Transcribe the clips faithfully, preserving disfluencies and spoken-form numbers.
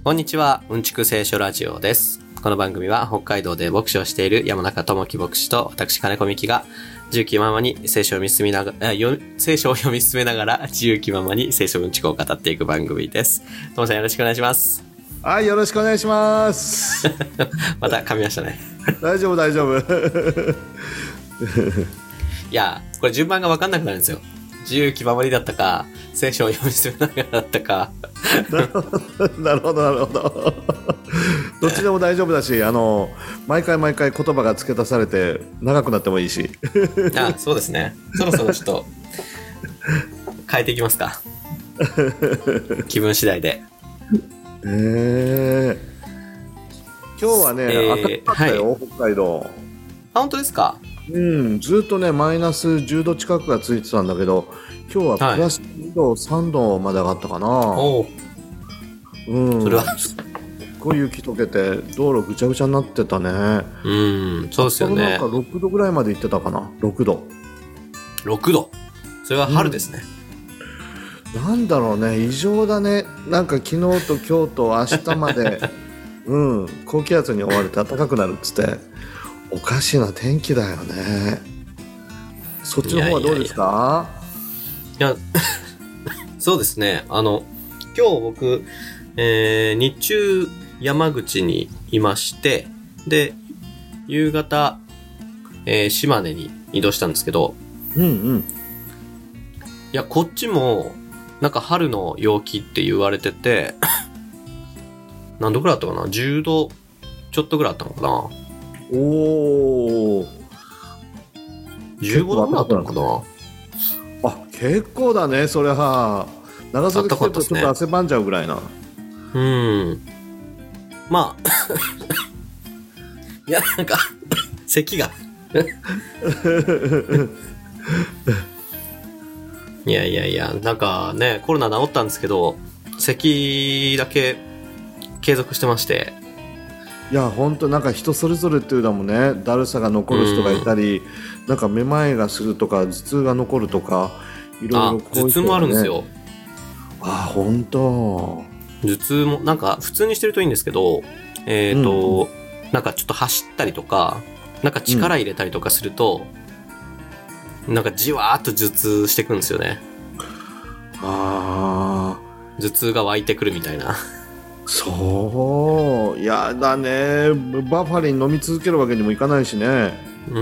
こんにちは、うんちく聖書ラジオです。この番組は北海道で牧師をしている山中智樹牧師と私金子美希が自由気ままに聖書を読み進めながら、聖書を読み進めながら自由気ままに聖書うんちくを語っていく番組です。ともさんよろしくお願いします。 はい、よろしくお願いします。 また噛みましたね。 大丈夫大丈夫。 いや、これ順番が分かんなくなるんですよ。自由気ままにだったか、聖書を読み進めながらだったか。 なるほどなるほど。どっちでも大丈夫だし、あの毎回毎回言葉が付け足されて長くなってもいいし。 あ、そうですね。そろそろちょっと変えていきますか。気分次第で。 えー、今日はね、 えー、 暖かかったよ、 はい、 北海道。 あ、本当ですか？ うん、ずっとねマイナスじゅうど近くがついてたんだけど、今日はプラスにど、はい、さんどまで上がったかな。 おう、うん、 それはすっごい雪解けて道路ぐちゃぐちゃになってたね。 うん、そうですよね。 なんかろくどぐらいまで行ってたかな。ろくど。 ろくど。それは春ですね。 うん、なんだろうね、異常だね。なんか昨日と今日と明日まで、うん、高気圧に覆われて暖かくなるっつって。おかしな天気だよね。そっちの方はどうですか？ いやいやいや、そうですね。あの今日僕、えー、日中山口にいまして、で夕方、えー、島根に移動したんですけど、 うんうん。 いやこっちもなんか春の陽気って言われてて、何度ぐらいあったかな？じゅうどちょっとぐらいあったのかな？ おー、 じゅうごどぐらいあったのかな。 あ、結構だね。それは長袖着てるとちょっと汗ばんじゃうぐらいな。 うーん、まあいやなんか咳がいやいやいや、なんかね、コロナ治ったんですけど咳だけ継続してまして、 いや本当なんか人それぞれっていうのもね、だるさが残る人がいたり、なんかめまいがするとか頭痛が残るとか、いろいろこういう、ね、 頭痛もあるんですよ。 あ、本当。 頭痛もなんか普通にしてるといいんですけど、えっと、うん、なんかちょっと走ったりとか、なんか力入れたりとかすると、うん、なんかじわーっと頭痛してくんですよね。 あー、頭痛が湧いてくるみたいな。 そう、やだね。バファリン飲み続けるわけにもいかないしね。 うん。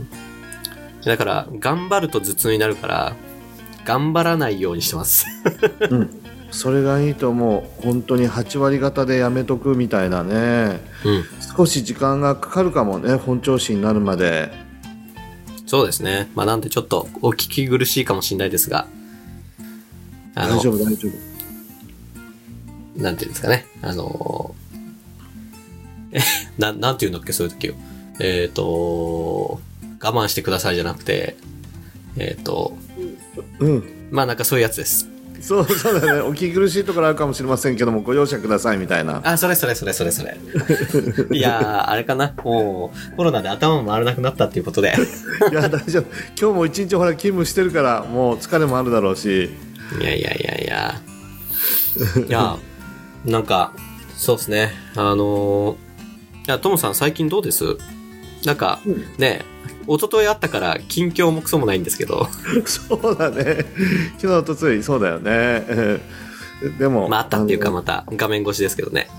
だから頑張ると頭痛になるから頑張らないようにしてます。 うん、それがいいと思う。本当にはちわり方でやめとくみたいなね。うん、少し時間がかかるかもね、本調子になるまで。 そうですね。まあなんでちょっとお聞き苦しいかもしれないですが、 あの大丈夫大丈夫。 なんていうんですかね。あのー、え、な、なんていうんだっけ、そういう時を。えっと、我慢してくださいじゃなくて、えっと、 うん。 まあなんかそういうやつです。 そう、そうだね。お聞き苦しいところあるかもしれませんけども、ご容赦くださいみたいな。 あ、それそれそれそれそれ。いやー、あれかな。もう、コロナで頭も回らなくなったっていうことで。 いや、大丈夫。今日も一日ほら勤務してるから、もう疲れもあるだろうし。 いやいやいやいや。いや、なんかそうですね。あのー、いやトモさん最近どうです？なんか、うん、ね、一昨日あったから近況もクソもないんですけど。 そうだね。昨日一昨日そうだよね。でもまああったっていうかまた画面越しですけどね。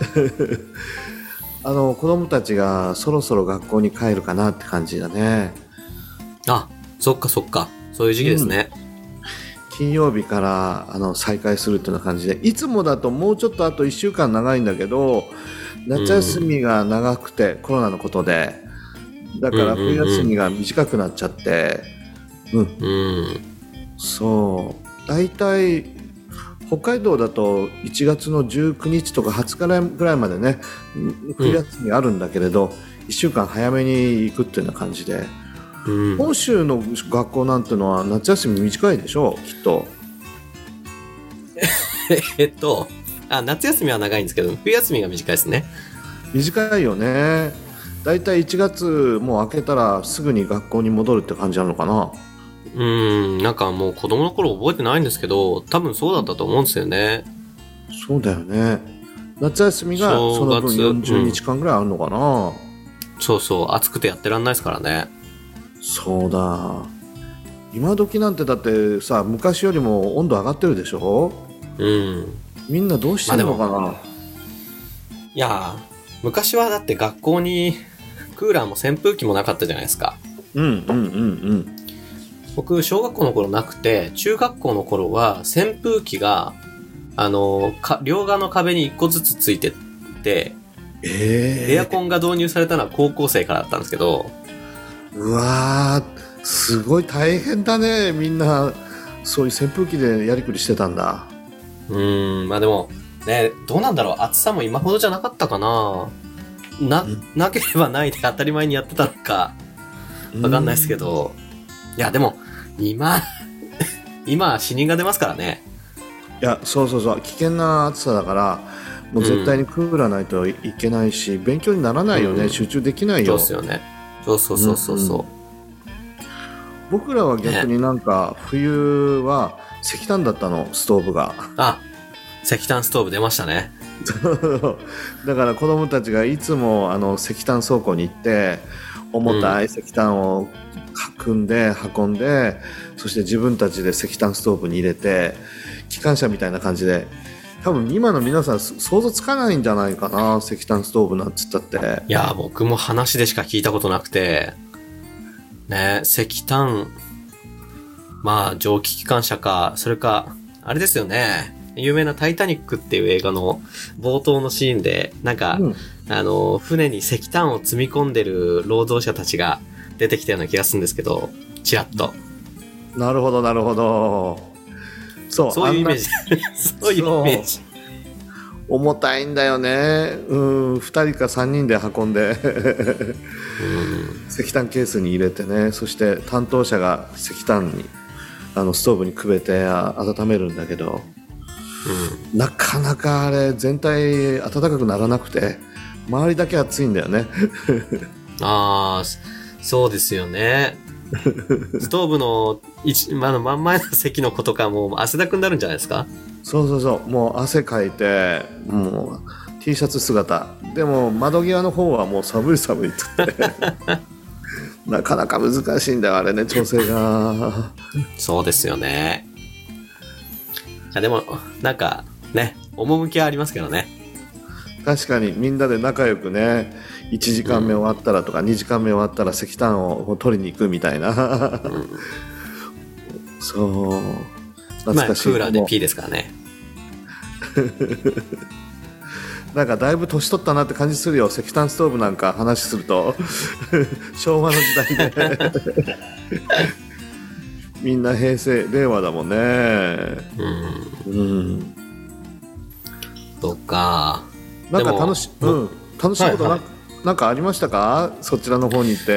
あの子供たちがそろそろ学校に帰るかなって感じだね。 あ、そっかそっか。そういう時期ですね。 うん、金曜日からあの再開するっていうような感じで、いつもだともうちょっとあといっしゅうかん長いんだけど、夏休みが長くて、うん、コロナのことでだから冬休みが短くなっちゃって、うん、うん、そうだいたい北海道だといちがつのじゅうくにちとかはつかぐらいまでね冬休みあるんだけれど、うん、いっしゅうかん早めに行くっていうような感じで、うん、本州の学校なんてのは夏休み短いでしょきっと。 えっとあ夏休みは長いんですけど冬休みが短いですね。 短いよね。だいたいいちがつもう明けたらすぐに学校に戻るって感じなのかな。 うーん、なんかもう子供の頃覚えてないんですけど多分そうだったと思うんですよね。 そうだよね。 夏休みがその分よんじゅうにちかんぐらいあるのかな、うん、 そうそう、暑くてやってらんないですからね。 そうだ、今時なんてだってさ、昔よりも温度上がってるでしょ。 うん。 みんなどうしてるのかな、まあ、 いや昔はだって学校にクーラーも扇風機もなかったじゃないですか。 うんうんうんうん。 僕小学校の頃なくて、中学校の頃は扇風機があのか両側の壁にいっこずつついてて、 えー、 エアコンが導入されたのは高校生からだったんですけど。 うわー、すごい大変だね。みんなそういう扇風機でやりくりしてたんだ。 うーん、まあでもね、どうなんだろう、暑さも今ほどじゃなかったかな。な、なければないで当たり前にやってたのかわかんないですけど、いやでも今今死人が出ますからね。 いや、そうそうそう、危険な暑さだからもう絶対にクーラーないといけないし、うん、勉強にならないよね、うん、集中できないよ。 そうですよね。そうそうそうそうそう、うんうん、 僕らは逆になんか冬は石炭だったの、ストーブが。 あ、石炭ストーブ出ましたね。 だから子供たちがいつもあの石炭倉庫に行って重たい石炭を運んで運んで、うん、そして自分たちで石炭ストーブに入れて機関車みたいな感じで、多分今の皆さん想像つかないんじゃないかな、石炭ストーブなんつったって。 いや僕も話でしか聞いたことなくてね、石炭、まあ蒸気機関車か、それかあれですよね、有名なタイタニックっていう映画の冒頭のシーンで、なんか、うん、あの、船に石炭を積み込んでる労働者たちが出てきたような気がするんですけど、ちらっと。 なるほど、なるほど。そう、 そういうイメージ。そういうイメージ。 重たいんだよね。うん、ふたりかさんにんで運んで、うん、石炭ケースに入れてね、そして担当者が石炭に、あの、ストーブにくべて温めるんだけど、うん、なかなかあれ全体暖かくならなくて周りだけ暑いんだよね。 ああ、そうですよね。ストーブの一、まあ、真ん前の席の子とかもう汗だくになるんじゃないですか。 そうそうそう、もう汗かいてもう T シャツ姿でも窓際の方はもう寒い寒いって言ってなかなか難しいんだよあれね、調整が。 そうですよね。でもなんかね、趣はありますけどね。 確かにみんなで仲良くね、いちじかんめ終わったらとか、うん、にじかんめ終わったら石炭を取りに行くみたいな、うん、そう懐かしい。 まあクーラーで P ですからね。 なんかだいぶ年取ったなって感じするよ、石炭ストーブなんか話すると昭和の時代でみんな平成令和だもんね。うん、うん、 そっか。 なんか楽し、うん、楽しいことな、はいはい、なんかありましたか、そちらの方に行って。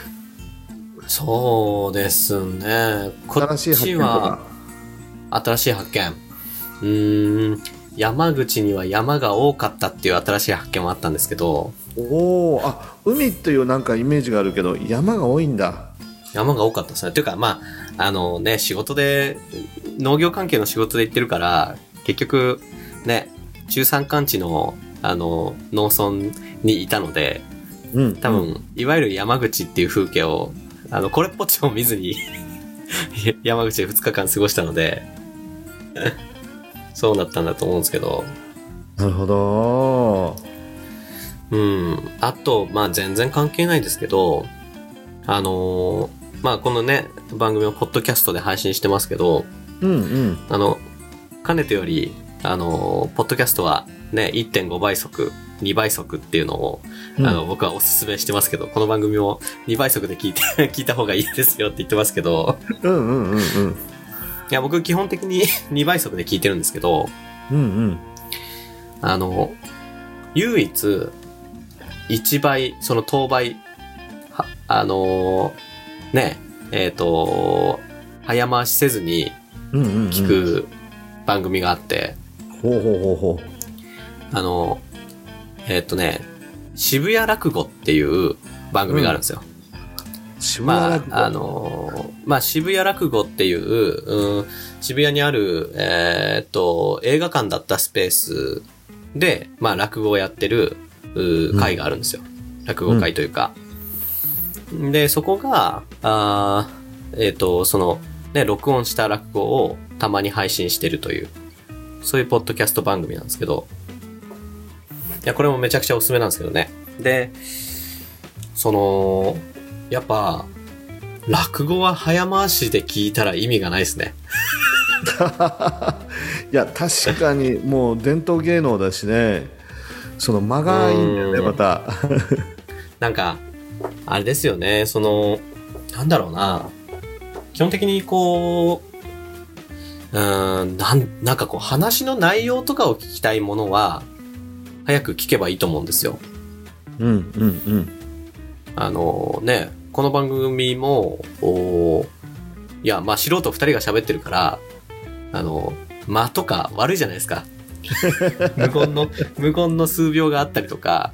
そうですね、こっちは新しい発見、うーん、山口には山が多かったっていう新しい発見もあったんですけど。 おー、あ、海っていうなんかイメージがあるけど山が多いんだ。 山が多かったですね。というかまああのね、仕事で農業関係の仕事で行ってるから結局ね、中山間地のあの農村にいたので、うん、多分、うん、いわゆる山口っていう風景をあのこれっぽっちも見ずに山口でふつかかん過ごしたのでそうなったんだと思うんですけど。 なるほど。 うん。あとまあ全然関係ないですけど、あのーまあこのね番組をポッドキャストで配信してますけど、うんうん、あのかねてよりあのポッドキャストはね いってんごばい速にばい速っていうのを、うん、あの僕はおすすめしてますけど、この番組もにばい速で聞いて聞いた方がいいですよって言ってますけど、うんうんうんうん、いや僕基本的ににばい速で聞いてるんですけど、うんうん、あの唯一いちばいその等倍はあのーねえ、えっと、早回しせずに聞く番組があって、うんうんうん、ほうほうほうほう。あの、えっとね、渋谷落語っていう番組があるんですよ。うん、渋谷落語、まあ、あの、まあ、渋谷落語っていう、うん、渋谷にある、えっと、映画館だったスペースで、まあ落語をやってるう会があるんですよ。うん、落語会というか。うん、で、そこが、あえっ、ー、と、その、ね、録音した落語をたまに配信してるという、そういうポッドキャスト番組なんですけど、いや、これもめちゃくちゃおすすめなんですけどね。で、その、やっぱ、落語は早回しで聞いたら意味がないですね。 いや、確かにもう伝統芸能だしね、その間がいいんだよね、また。 なんか、あれですよね、その、なんだろうな、基本的にこう、うーん、なん、なんかこう話の内容とかを聞きたいものは、早く聞けばいいと思うんですよ。 うんうんうん。 あのね、この番組も、おいや、まあ素人二人が喋ってるから、あの、間とか悪いじゃないですか。無言の、無言の数秒があったりとか。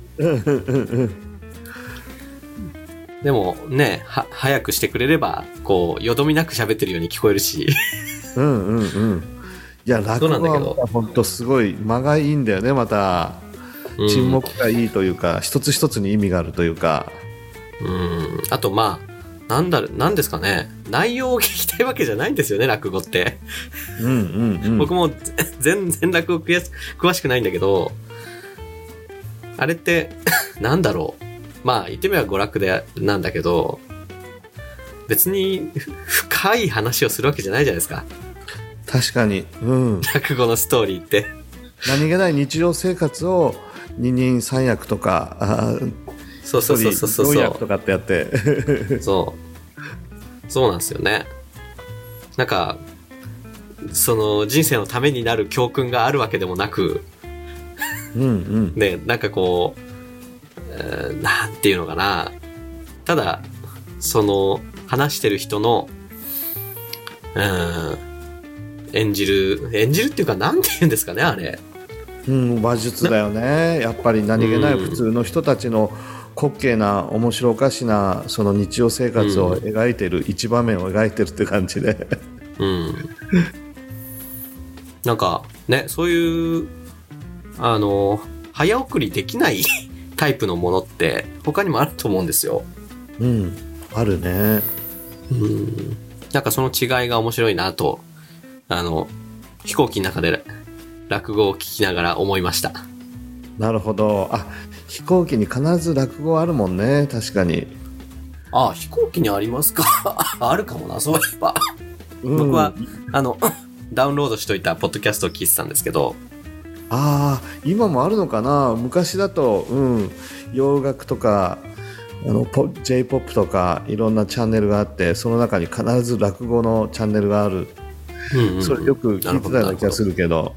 でもね、は、早くしてくれれば、こう、よどみなく喋ってるように聞こえるし。 うんうんうん。いや、落語は本当すごい間がいいんだよね、また。沈黙がいいというか、うん、一つ一つに意味があるというか。 うん。あと、まあ、なんだ、なんですかね。内容を聞きたいわけじゃないんですよね、落語って。 うんうんうん。 僕も全然落語詳しくないんだけど、あれって、なんだろう。まあ、言ってみれば娯楽で、なんだけど、別に深い話をするわけじゃないじゃないですか。 確かに。うん。 落語のストーリーって。 何気ない日常生活を二人三役とか、あそうそうそうそうそう。 四役とかってやって。 そう。そうなんですよね。なんか、その人生のためになる教訓があるわけでもなく、 うんうん。 ね、なんかこう、えー、なんていうのかな。ただ、その、話してる人の、うん、演じる、演じるっていうか、なんて言うんですかね、あれ。 うん、話術だよね。やっぱり何気ない普通の人たちの滑稽な、面白おかしな、その日常生活を描いてる、うん、一場面を描いてるって感じで。 うん。なんか、ね、そういう、あの、早送りできないタイプのものって他にもあると思うんですよ。 うん、あるね。 うん。なんかその違いが面白いなと、あの、飛行機の中で落語を聞きながら思いました。 なるほど。あ、飛行機に必ず落語あるもんね、確かに。 あ、飛行機にありますか。あるかもな、そういえば。うん、僕は、あの、ダウンロードしといたポッドキャストを聞いてたんですけど。 ああ、今もあるのかな。昔だと、うん、洋楽とか、あの ジェイポップ とかいろんなチャンネルがあって、その中に必ず落語のチャンネルがある。うんうんうん、それよく聞いてたような気がするけど。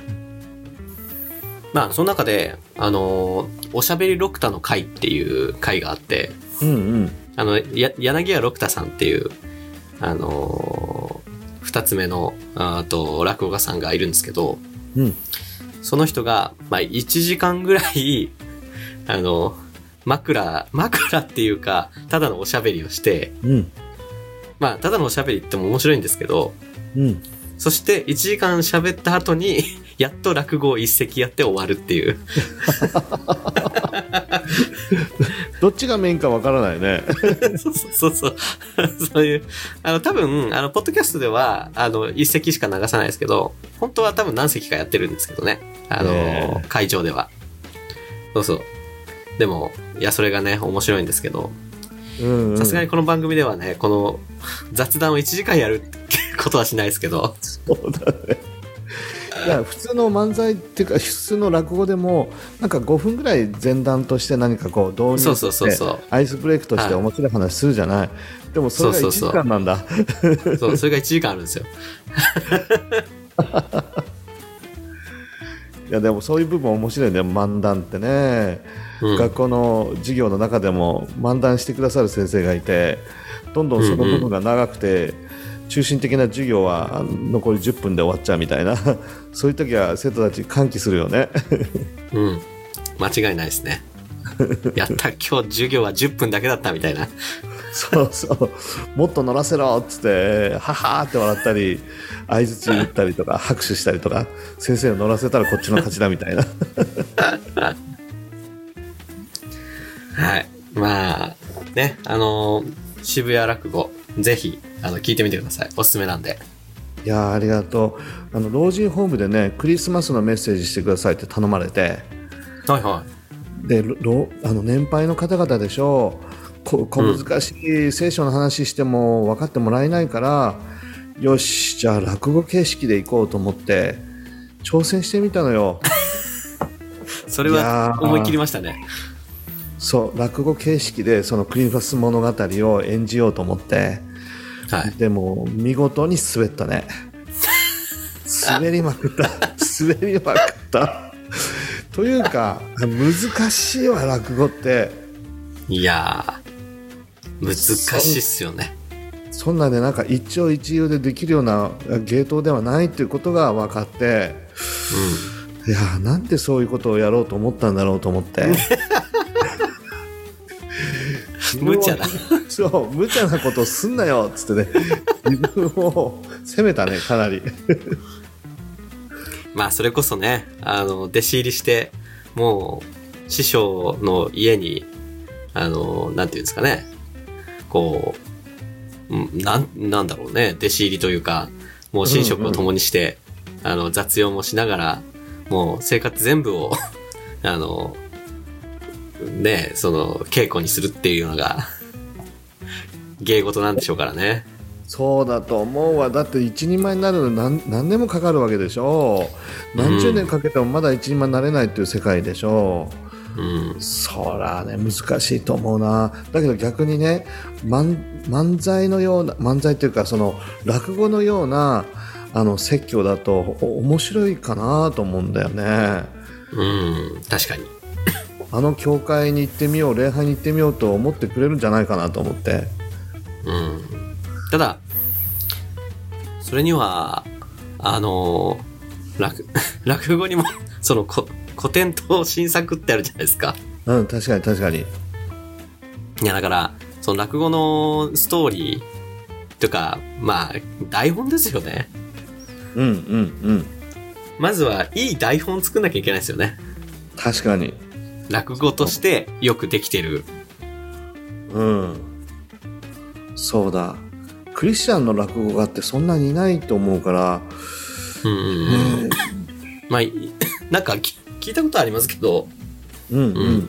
まあ、その中で、あの、おしゃべり六太の会っていう会があって、 うんうん、 あの、や、柳家六太さんっていう、あの、二つ目の、あと、落語家さんがいるんですけど、 うん、 その人が、まあ、いちじかんぐらい、あの、枕、枕っていうか、ただのおしゃべりをして、 うん、 まあ、ただのおしゃべりっても面白いんですけど、 うん、 そしていちじかん喋った後に、やっと落語を一席やって終わるっていう。 どっちがメインかわからないね。 そうそうそう。そういう、あの、多分、あの、ポッドキャストでは、あの、一席しか流さないですけど、本当は多分何席かやってるんですけどね。あの、えー、会場では。そうそう。でも、いや、それがね、面白いんですけど、さすがにこの番組ではね、この雑談をいちじかんやるってことはしないですけど。 そうだね。いや、普通の漫才っていうか、普通の落語でも、なんかごふんぐらい前段として何かこう導入してアイスブレイクとして面白い話するじゃない。はい、でもそれがいちじかんなんだ。 そうそうそう。そう、それがいちじかんあるんですよ。 いや、でもそういう部分面白いね、漫談ってね。うん、学校の授業の中でも漫談してくださる先生がいて、どんどんその部分が長くて、うんうん、中心的な授業は残りじゅっぷんで終わっちゃうみたいなそういう時は生徒たち歓喜するよね。 うん、間違いないですね。やった、今日授業はじゅっぷんだけだったみたいな。 そうそう。もっと乗らせろっつって、ははーって笑ったり、相槌打ったりとか、拍手したりとか、先生を乗らせたらこっちの勝ちだみたいな。 はい。まあ、ね、あのー渋谷落語、ぜひ、あの、聞いてみてください。おすすめなんで。 いやーありがとう。あの、老人ホームでね、クリスマスのメッセージしてくださいって頼まれて、 はいはで、ろあの年配の方々でしょう、こ小難しい聖書の話しても分かってもらえないから、うん、よし、じゃあ落語形式で行こうと思って挑戦してみたのよ。 それは思い切りましたね。 そう落語形式でそのクリスマス物語を演じようと思って、はい、でも見事に滑ったね。滑りまくった滑りまくったというか難しいわ落語って。 いやー難しいっすよね。 そんなねなんか一朝一夕でできるような芸当ではないっていうことが分かって、うん、いやーなんでそういうことをやろうと思ったんだろうと思って無茶なそう無茶なことをすんなよっつってね自分を責めたねかなりまあそれこそねあの弟子入りしてもう師匠の家にあのなんていうんですかねこうなん、なんだろうね弟子入りというかもう寝食を共にして、うんうん、あの雑用もしながらもう生活全部をあのねその稽古にするっていうのが芸事なんでしょうからね。 そうだと思うわ。だって一人前になるの何、何年もかかるわけでしょ。何十年かけてもまだ一人前になれないっていう世界でしょ。うん、そらね難しいと思うな。だけど逆にね 漫, 漫才のような漫才というかその落語のようなあの説教だと面白いかなと思うんだよね。 うん確かにあの教会に行ってみよう礼拝に行ってみようと思ってくれるんじゃないかなと思って。 うんただそれにはあの 落, 落語にもそのこ古典と新作ってあるじゃないですか。 うん確かに確かに。 いやだからその落語のストーリーとかまあ台本ですよね。 うんうんうんまずはいい台本作んなきゃいけないですよね。 確かに落語としてよくできてる。 うんそうだクリスチャンの落語家ってそんなにいないと思うからうんうんうん、ね、まあなんか聞いたことありますけどうんうんうん、うん、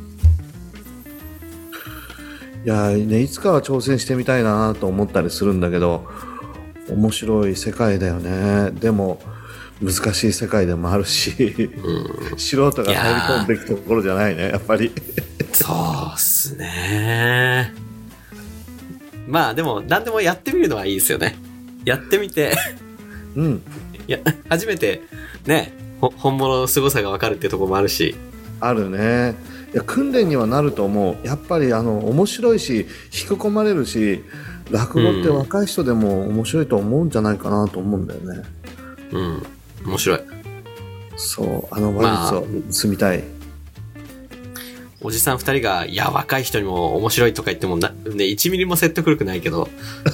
いやねいつかは挑戦してみたいなと思ったりするんだけど面白い世界だよね。でも難しい世界でもあるし、うん、素人が入り込んでいくところじゃないねやっぱり。 そうっすね。まあでも何でもやってみるのはいいですよね。やってみてうんいや初めてね本物の凄さが分かるっていうところもあるし。 あるね。いや訓練にはなると思う。やっぱりあの面白いし引き込まれるし落語って若い人でも面白いと思うんじゃないかなと思うんだよね。 うん面白い。 そうあの話術を積みたい、まあ、 おじさん二人がいや若い人にも面白いとか言ってもな、ね、いちミリも説得力ないけど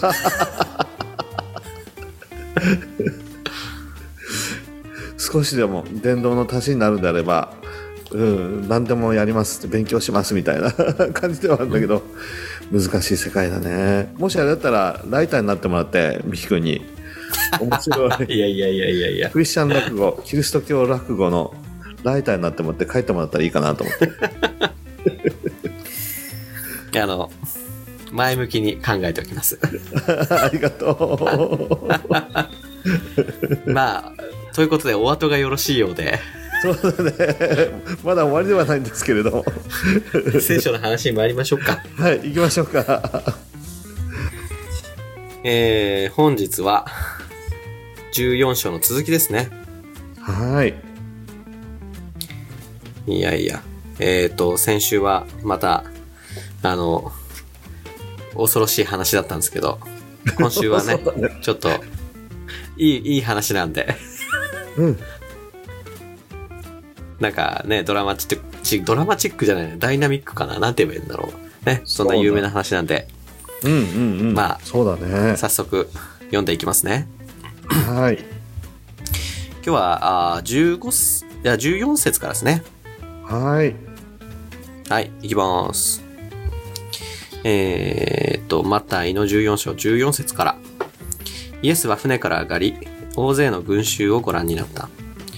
少しでも伝道の足しになるんであれば、うん、何でもやりますって勉強しますみたいな感じではあるんだけど、うん、難しい世界だね。もしあれだったらライターになってもらってミキ君に面白いいやいやいやいやいやクリスチャン落語キリスト教落語のライターになってもらって書いてもらったらいいかなと思ってあの前向きに考えておきますありがとうまあということでお後がよろしいようで。 そうだねまだ終わりではないんですけれど聖書の話に参りましょうか。 はい行きましょうかえー、本日はじゅうよん章の続きですね。 はいいやいやえーと先週はまたあの恐ろしい話だったんですけど今週は ね, ねちょっといいいい話なんでうんなんかねドラマチックドラマチックじゃないダイナミックかななんて言えばいいんだろうね。そんな有名な話なんでうんうんうん。 まあ、 そうだね。 早速読んでいきますね。 はい。 今日はあじゅうごいやじゅうよん節からですね。 はい。 はい、いきます。えー、っと、マタイのじゅうよん章じゅうよん節から。イエスは船から上がり、大勢の群衆をご覧になった。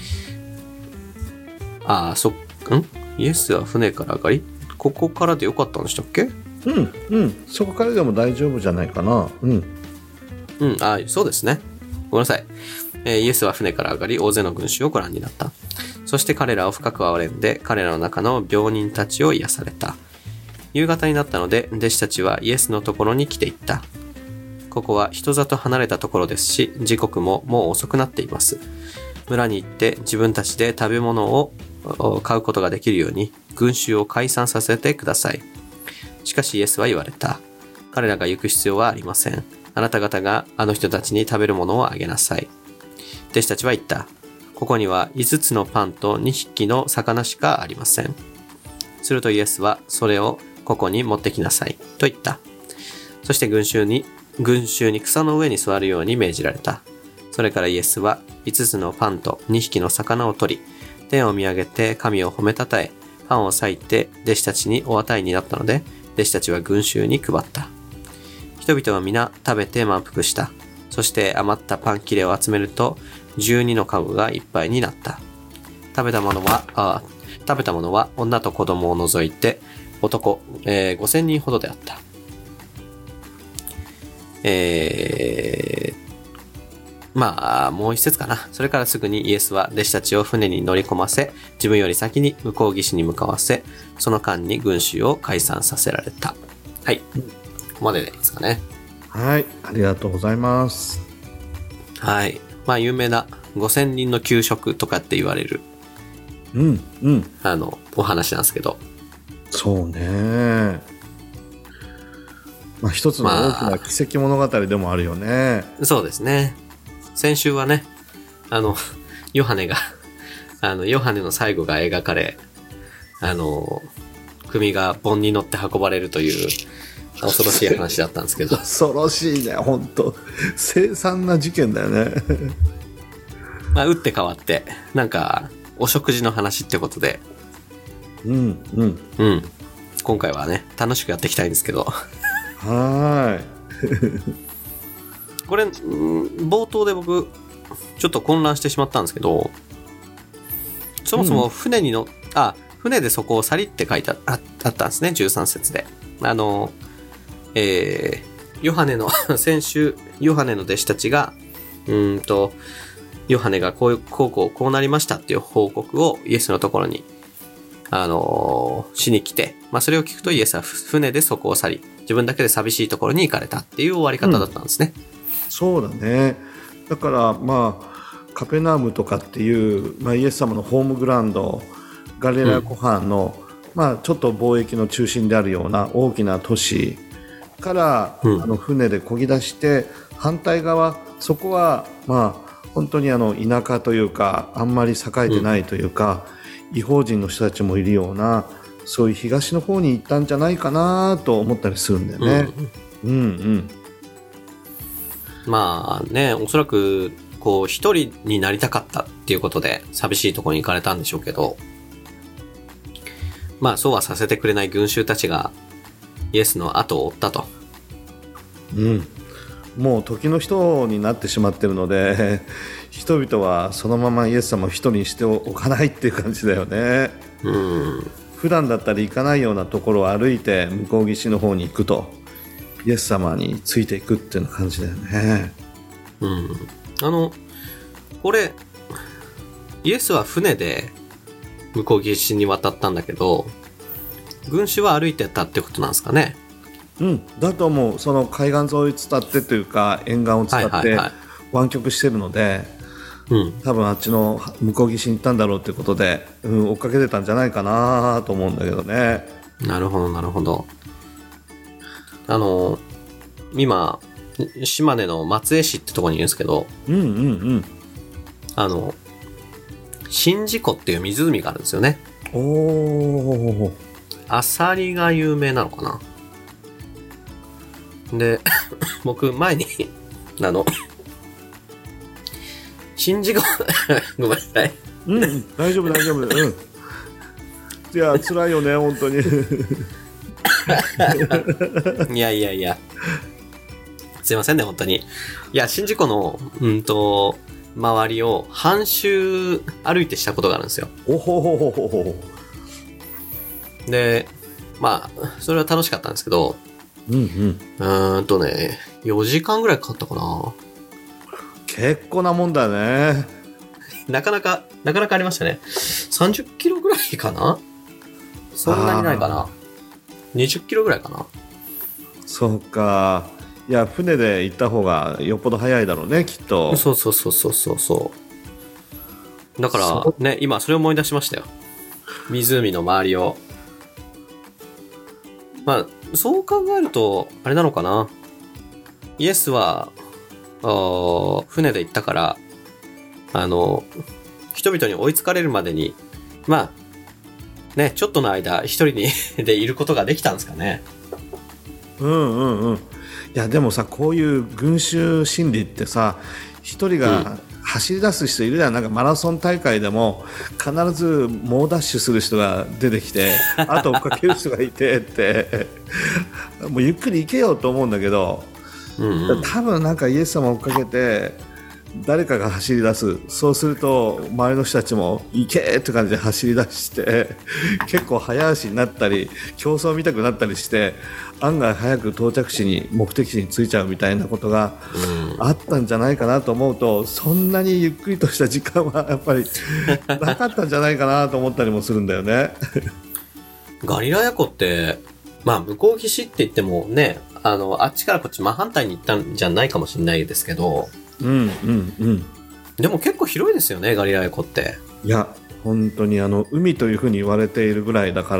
ああ、そっ、んイエスは船から上がり、ここからでよかったんでしたっけ？ うんうん。そこからでも大丈夫じゃないかな。うん。 うん、あそうですね。ごめんなさい。えーイエスは船から上がり、大勢の群衆をご覧になった。そして彼らを深く憐れんで、彼らの中の病人たちを癒された。夕方になったので、弟子たちはイエスのところに来ていった。ここは人里離れたところですし、時刻ももう遅くなっています。村に行って自分たちで食べ物を買うことができるように、群衆を解散させてください。しかしイエスは言われた。彼らが行く必要はありません。あなた方があの人たちに食べるものをあげなさい。弟子たちは言った。ここにはいつつのパンとにひきの魚しかありません。するとイエスはそれをここに持ってきなさいと言った。そして群衆に群衆に草の上に座るように命じられた。それからイエスはいつつのパンとにひきの魚を取り、天を見上げて神を褒めたたえ、パンを裂いて弟子たちにお与えになったので、弟子たちは群衆に配った。人々は皆食べて満腹した。そして余ったパン切れを集めると、じゅうにのかごがいっぱいになった。食べたものは、あ食べたものは女と子供を除いて男、えー、ごせんにんほどであった。えー、まあ、もう一節かな。それからすぐにイエスは弟子たちを船に乗り込ませ、自分より先に向こう岸に向かわせ、その間に群衆を解散させられた。はい。ここまででいいですかね。 はい。ありがとうございます。 はい。まあ、有名なごせんにんの給食とかって言われる、 うんうん。 あの、お話なんですけど。 そうね。まあ、一つの大きな奇跡物語でもあるよね。 まあ、そうですね。先週はね、あの、ヨハネが、あの、ヨハネの最後が描かれ、あの、組が盆に乗って運ばれるという恐ろしい話だったんですけど。 恐ろしいね、本当凄惨な事件だよね。 まあ、打って変わって、なんか、お食事の話ってことで。 うんうん。 うん。今回はね、楽しくやっていきたいんですけど。 はーい。これ、冒頭で僕、ちょっと混乱してしまったんですけど、そもそも船に乗っ、うん、あ、船でそこを去りって書いて あ, あったんですね、じゅうさん節で。あの、えー、ヨハネの、先週、ヨハネの弟子たちが、うーんと、ヨハネがこういう、こうこう、こうなりましたっていう報告をイエスのところに、あのー、しに来て、まあそれを聞くとイエスは船でそこを去り、自分だけで寂しいところに行かれたっていう終わり方だったんですね。 うん、そうだね。だからまあカペナームとかっていう、まあ、イエス様のホームグラウンド、ガリラヤ湖畔の、うん、まあちょっと貿易の中心であるような大きな都市から、うん、あの船で漕ぎ出して反対側、そこはまあ本当にあの田舎というかあんまり栄えてないというか、うん、異邦人の人たちもいるような、そういう東の方に行ったんじゃないかなと思ったりするんだよね。うん、うん、うん。 まあね、おそらくこう一人になりたかったっていうことで寂しいところに行かれたんでしょうけど、まあそうはさせてくれない群衆たちがイエスの後を追ったと。 うん。もう時の人になってしまってるので、人々はそのままイエス様を一人にしておかないっていう感じだよね。 うん。 普段だったら行かないようなところを歩いて向こう岸の方に行くと、イエス様についていくっていうような感じだよね。 うん。あの、これ、イエスは船で向こう岸に渡ったんだけど、群衆は歩いてたってことなんですかね。 うん、だと思う。その海岸沿いを伝ってというか沿岸を伝って湾曲してるので、うん、多分あっちの向こう岸に行ったんだろうということで、うん、追っかけてたんじゃないかなと思うんだけどね。 なるほどなるほど。あの今島根の松江市ってとこにいるんですけど、 うんうんうん、 あの宍道湖っていう湖があるんですよね。 おお。 アサリが有名なのかな。 で、僕前に、あの、宍道湖、ごめんなさい。 うん、大丈夫大丈夫。うん。いや辛いよね本当に。 いやいやいや。すいませんね本当に。いや宍道湖のうんと周りを半周歩いてしたことがあるんですよ。 おほほほほほ。 で、まあそれは楽しかったんですけど、 うんうん。 うーんとね、よじかんぐらいかかったかな。 結構なもんだね。 なかなかなかなかありましたね。さんじゅっキロぐらいかな。そんなにないかな。にじゅっキロぐらいかな。 そうか。いや船で行った方がよっぽど早いだろうねきっと。 そうそうそうそうそうそう。だからね今それを思い出しましたよ。湖の周りを。まあそう考えるとあれなのかな。イエスはあ船で行ったからあの人々に追いつかれるまでにまあねちょっとの間一人にでいることができたんですかね。 うんうんうん。いやでもさこういう群衆心理ってさ一人が走り出す人いるじゃん。なんかマラソン大会でも必ず猛ダッシュする人が出てきてあと追っかける人がいてってもうゆっくり行けよと思うんだけど、うんうん、多分なんかイエス様追っかけて誰かが走り出す。そうすると周りの人たちも行けって感じで走り出して結構早足になったり競争見たくなったりして案外早く到着地に目的地に着いちゃうみたいなことがあったんじゃないかなと思うと、そんなにゆっくりとした時間はやっぱりなかったんじゃないかなと思ったりもするんだよね。 ガリラヤ湖ってまあ向こう岸って言ってもねあのあっちからこっち真反対に行ったんじゃないかもしれないですけど、 うんうんうん、 でも結構広いですよねガリラヤ湖って。 いや本当にあの海というふうに言われているぐらいだから、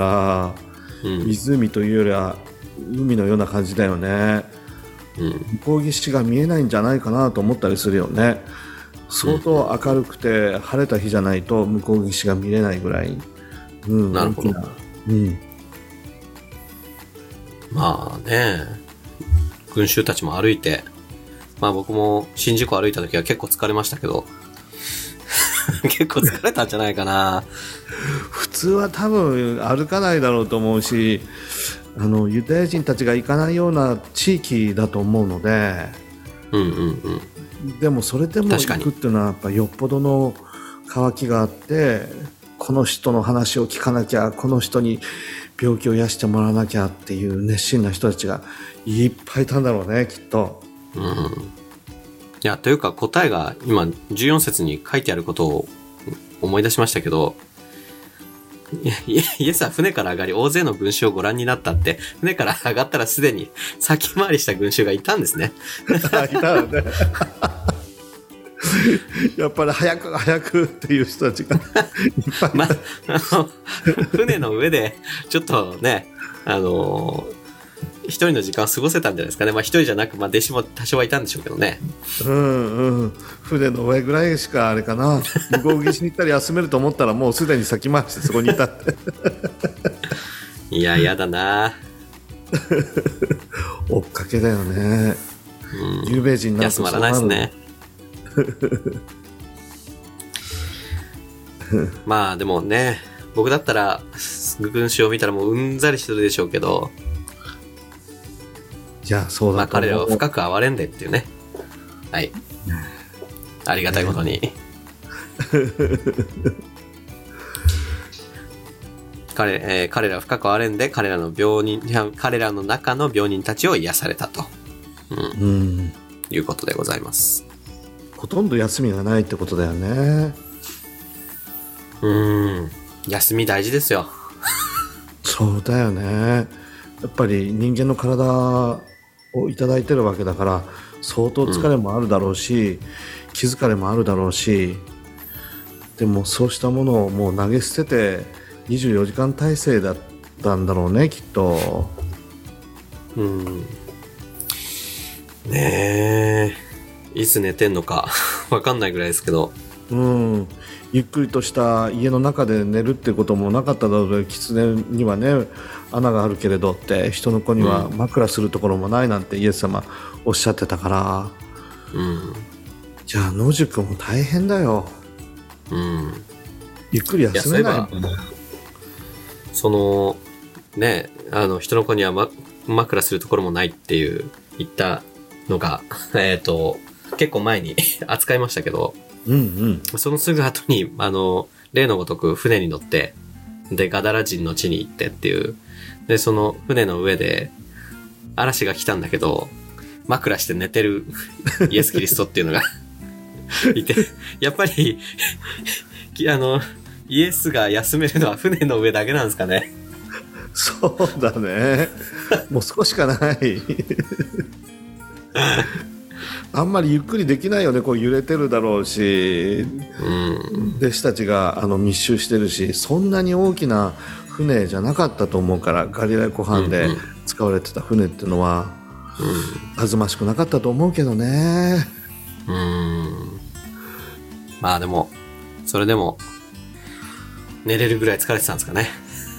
うん、湖というよりは海のような感じだよね、うん、向こう岸が見えないんじゃないかなと思ったりするよね。相当明るくて晴れた日じゃないと向こう岸が見れないぐらい、うん、 なるほど、 うん、 まあね群衆たちも歩いて、まあ僕も宍道湖歩いた時は結構疲れましたけど結構疲れたんじゃないかな。 普通は多分歩かないだろうと思うし、あのユダヤ人たちが行かないような地域だと思うので、 うんうんうん、 でもそれでも行くっていうのはやっぱよっぽどの渇きがあって、この人の話を聞かなきゃ、この人に病気を癒してもらわなきゃっていう熱心な人たちがいっぱいいたんだろうねきっと。 うん、いやというか答えが今じゅうよん節に書いてあることを思い出しましたけど、イエスは船から上がり大勢の群衆をご覧になったって、船から上がったらすでに先回りした群衆がいたんですね。 いたよね。やっぱり早く早くっていう人たちがいっぱいいた、まあ、 あの船の上でちょっとねあの一人の時間を過ごせたんじゃないですかね。まあ一人じゃなく、まあ弟子も多少はいたんでしょうけどね。 うんうん。船の上ぐらいしかあれかな。向こう岸に行ったら休めると思ったらもうすでに先回してそこにいたって。 いや、やだな。 追っかけだよね。うん、有名人になると休まらないですね。まあでもね、僕だったら群衆を見たらもううんざりしてるでしょうけど。 いやそうだと思う。 まあ彼らを深く憐れんでっていうね。はい。ありがたいことに。彼, えー、彼らを深く憐れんで彼らの病人、彼らの中の病人たちを癒されたと、うんうん、いうことでございます。 ほとんど休みがないってことだよね。 うーん、休み大事ですよ。 そうだよね。やっぱり人間の体をいただいてるわけだから相当疲れもあるだろうし、うん、気疲れもあるだろうし、でもそうしたものをもう投げ捨ててにじゅうよじかん体制だったんだろうねきっと。 うんねえ、いつ寝てんのか分かんないぐらいですけど、 うん、ゆっくりとした家の中で寝るってこともなかっただろう。狐にはね穴があるけれどって人の子には枕するところもないなんてイエス様おっしゃってたから、 うん、 じゃあ野宿も大変だよ。 うん、 ゆっくり休めないもん。 そのね、あの人の子には、ま、枕するところもないっていう言ったのがえっと結構前に扱いましたけど、 うんうん、 そのすぐ後にあの例のごとく船に乗ってでガダラ人の地に行ってっていうで、その船の上で嵐が来たんだけど枕して寝てるイエス・キリストっていうのがいて、やっぱりあのイエスが休めるのは船の上だけなんですかね。 そうだね。もう少しかないあんまりゆっくりできないよね。こう揺れてるだろうし、うん、弟子たちがあの密集してるし、そんなに大きな船じゃなかったと思うから、ガリラヤ湖畔で使われてた船っていうのは、うん、あずましくなかったと思うけどね。 うん、まあでもそれでも寝れるぐらい疲れてたんですかね。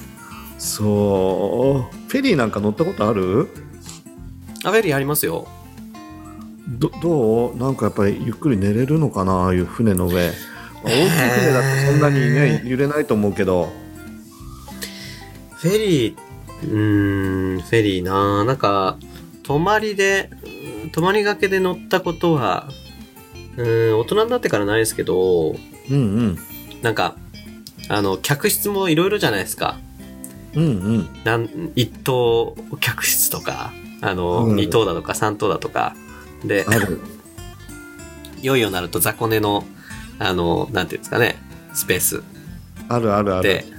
そう。フェリーなんか乗ったことある？ あ、フェリーありますよ。 ど, どうなんかやっぱりゆっくり寝れるのかな、ああいう船の上。大きい船だとそんなにね揺れないと思うけど。 フェリーうーんフェリーな、なんか泊まりで泊まりがけで乗ったことはうーん大人になってからないですけど、うんうん、なんかあの客室もいろいろじゃないですか。うんうん、なん一等客室とかあの、うん、二等だとか三等だとかで、いよいよなると雑魚寝のあのなんていうんですかね、スペースあるあるある。 で、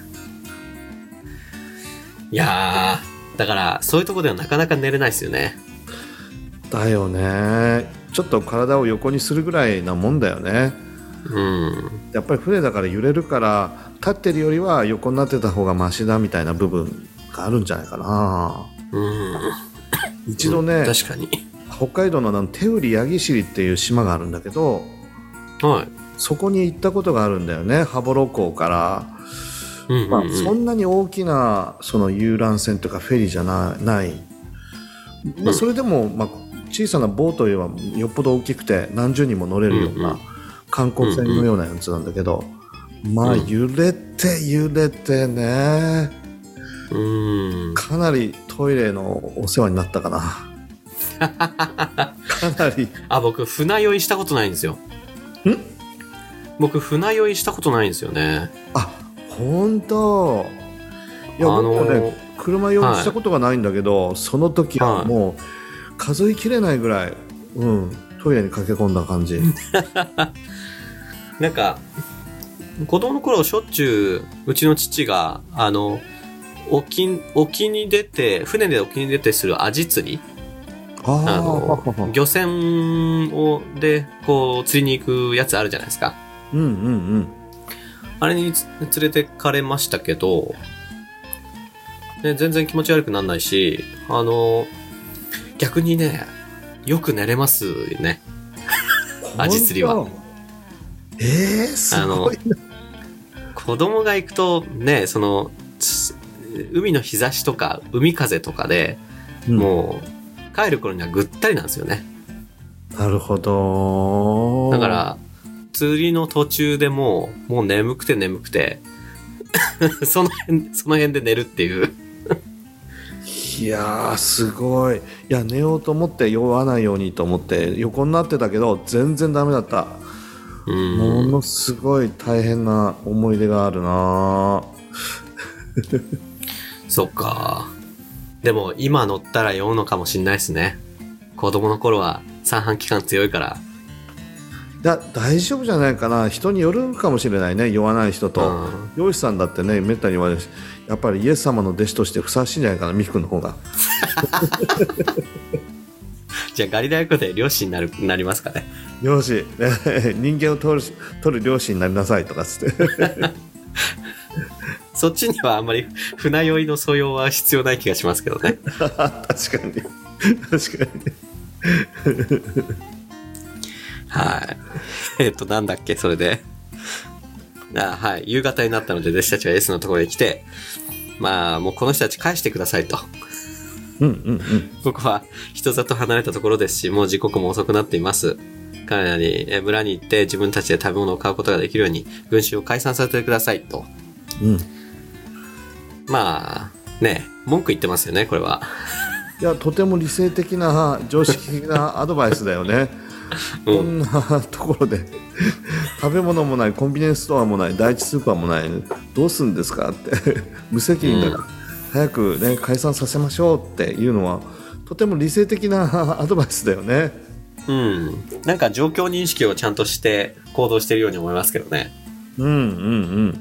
いやーだからそういうとこではなかなか寝れないですよね。 だよね。ちょっと体を横にするぐらいなもんだよね。うん、やっぱり船だから揺れるから立ってるよりは横になってた方がマシだみたいな部分があるんじゃないかな。うん、一度ね、うん、 確かに北海道の手売八木尻っていう島があるんだけど、はい、そこに行ったことがあるんだよね。羽幌港から、うんうんうん、まあ、そんなに大きなその遊覧船とかフェリーじゃ な, ない、まあ、それでも、まあ、小さなボートよりはよっぽど大きくて何十人も乗れるような、うんうん、観光船のようなやつなんだけど、うんうん、まあ揺れて揺れてね、うん、かなりトイレのお世話になったかなかなり。 あ、僕船酔いしたことないんですよ。ん僕船酔いしたことないんですよね。 あ、本当。いや、あのー、僕もね車酔いしたことがないんだけど、はい、その時はもう数えきれないぐらい、うん、トイレに駆け込んだ感じなんか子供の頃しょっちゅううちの父があの沖沖に出て船で沖に出てするアジ釣り、ああの漁船をでこう釣りに行くやつあるじゃないですか。うんうんうん。あれに連れてかれましたけど、ね、全然気持ち悪くならないし、あの逆にねよく寝れますねアジ釣りは。 えー、すごいな。 子供が行くとね、その海の日差しとか海風とかで、うん、もう帰る頃にはぐったりなんですよね。 なるほど。 だから釣りの途中でもうもう眠くて眠くてその辺その辺で寝るっていういやーすごい。いや寝ようと思って酔わないようにと思って横になってたけど全然ダメだった。うん、ものすごい大変な思い出があるなそっか。でも今乗ったら酔うのかもしんないですね。子供の頃は三半規管強いから。 いや大丈夫じゃないかな。人によるかもしれないね。酔わない人と、うん、漁師さんだってねめったに言われるし、やっぱりイエス様の弟子としてふさわしいんじゃないかな、ミキ君の方がじゃあガリラヤ湖で漁師になるなりますかね。 漁師人間を取る取る漁師になりなさいとかつってそっちにはあんまり船酔いの素養は必要ない気がしますけどね確かに確かにはい。えっとなんだっけそれであはい。夕方になったので、弟子たちは S のところに来て、まあ、もうこの人たち返してくださいと。 うんうんうん。 僕は人里離れたところですし、もう時刻も遅くなっています。彼らに、え村に行って自分たちで食べ物を買うことができるように、群衆を解散させてくださいと。 うん。 まあ、ね、文句言ってますよね、これは。 いや、とても理性的な常識的なアドバイスだよね。 うん、 こんなところで食べ物もない、コンビニエンスストアもない、第一スーパーもない、どうするんですかって無責任だから、うん、早くね解散させましょうっていうのはとても理性的なアドバイスだよね。 うん、なんか状況認識をちゃんとして行動してるように思いますけどね。 うんうんうん。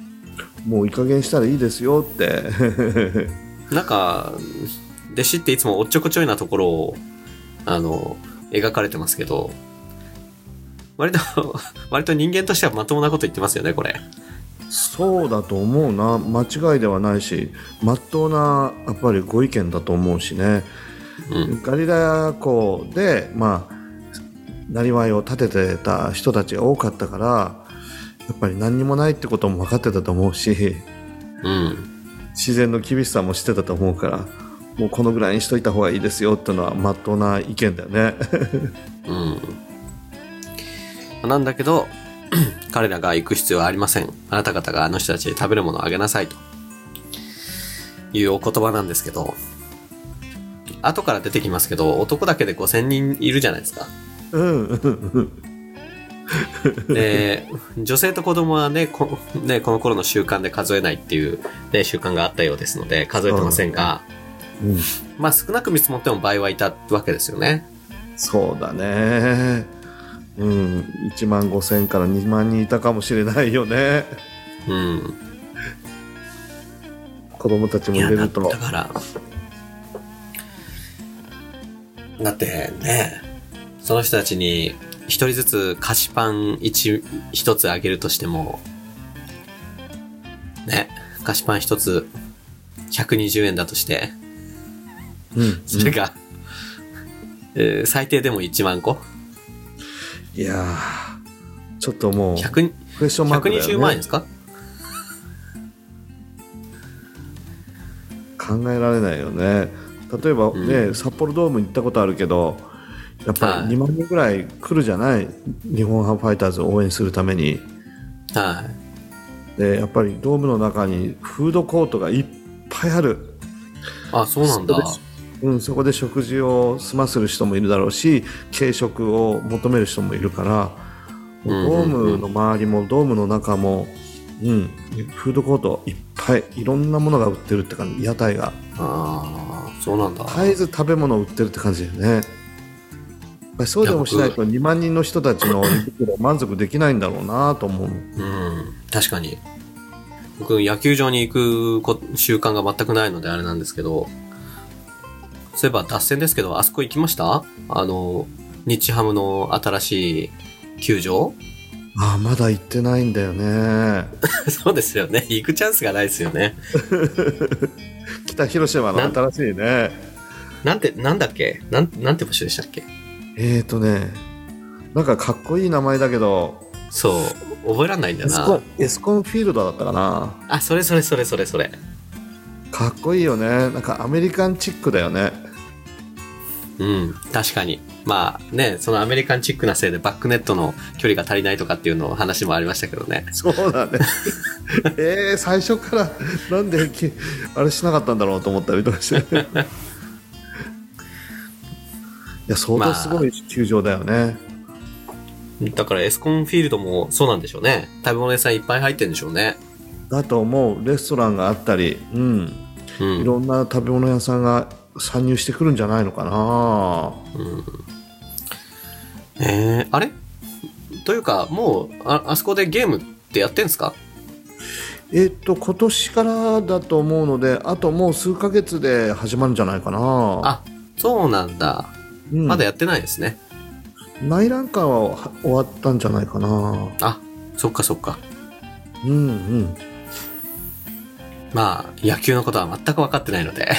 もういい加減したらいいですよってなんか弟子っていつもおっちょこちょいなところをあの描かれてますけど、割と割と人間としてはまともなこと言ってますよね、これ。 そうだと思うな。間違いではないし、まっとうなやっぱりご意見だと思うしね、うん、ガリラヤ湖でまあなりわいを立ててた人たちが多かったから、やっぱり何にもないってことも分かってたと思うし、うん、自然の厳しさも知ってたと思うから、もうこのぐらいにしといた方がいいですよっていうのはまっとうな意見だよね。 うん、なんだけど彼らが行く必要はありません。あなた方があの人たちに食べるものをあげなさいというお言葉なんですけど、後から出てきますけど、男だけでごせんにんいるじゃないですか。うんで、女性と子供はね こ, ね、この頃の習慣で数えないっていう、ね、習慣があったようですので数えてませんが、うん、まあ少なく見積もっても倍はいたわけですよね。 そうだね。うん、いちまんごせんからにまんにんいたかもしれないよね。うん。子供たちも入れると。 だからだってね、その人たちに一人ずつ菓子パン一一つあげるとしてもね、菓子パン一つひゃくにじゅうえんだとして、うん、それが、うんえー、最低でもいちまんこ。 いやー、ちょっともうひゃくクエスチョンマークだよね。 ひゃくにじゅうまんえんですか？ 考えられないよね。例えばね、うん、札幌ドームに行ったことあるけど、やっぱりにまんにんぐらい来るじゃない、はい、日本ハムファイターズを応援するために。はい。でやっぱりドームの中にフードコートがいっぱいある。 あ、そうなんだ。 うん、そこで食事を済ませる人もいるだろうし、軽食を求める人もいるから、ドームの周りもドームの中も、うん、フードコートいっぱいいろんなものが売ってるって感じ、屋台が。 ああ、そうなんだ。 絶えず食べ物を売ってるって感じだよね。やっぱりそうでもしないとにまんにんの人たちの胃袋を満足できないんだろうなと思う。うん、 確かに。僕野球場に行く習慣が全くないのであれなんですけど、そういえば脱線ですけど、あそこ行きました？あの日ハムの新しい球場？ ああ、まだ行ってないんだよね。 そうですよね。行くチャンスがないですよね。 北広島の新しいね。 な, なんてなんだっけ？なん、なんて場所でしたっけ？ えーとね、なんかかっこいい名前だけど、 そう覚えらんないんだよな。 エスコン、エスコンフィールドだったかな。 あ、それそれそれそれそれ。 かっこいいよね。なんかアメリカンチックだよね。 うん、確かに。まあね、そのアメリカンチックなせいでバックネットの距離が足りないとかっていうの話もありましたけどね。 そうだね。えー、最初からなんであれしなかったんだろうと思ったりとかして。いや、相当すごい球場だよね。 まあ、だからエスコンフィールドもそうなんでしょうね。食べ物屋さんいっぱい入ってるんでしょうね。 だと思う。レストランがあったり、うん、うん、いろんな食べ物屋さんが参入してくるんじゃないのかな。うん、 えー、あれというかもう あ, あそこでゲームってやってんすか？ えっと今年からだと思うので、あともう数ヶ月で始まるんじゃないかな。 あ、そうなんだ、うん、まだやってないですね。 内覧会は終わったんじゃないかな。 あ、そっかそっか。 うんうん。 まあ野球のことは全く分かってないので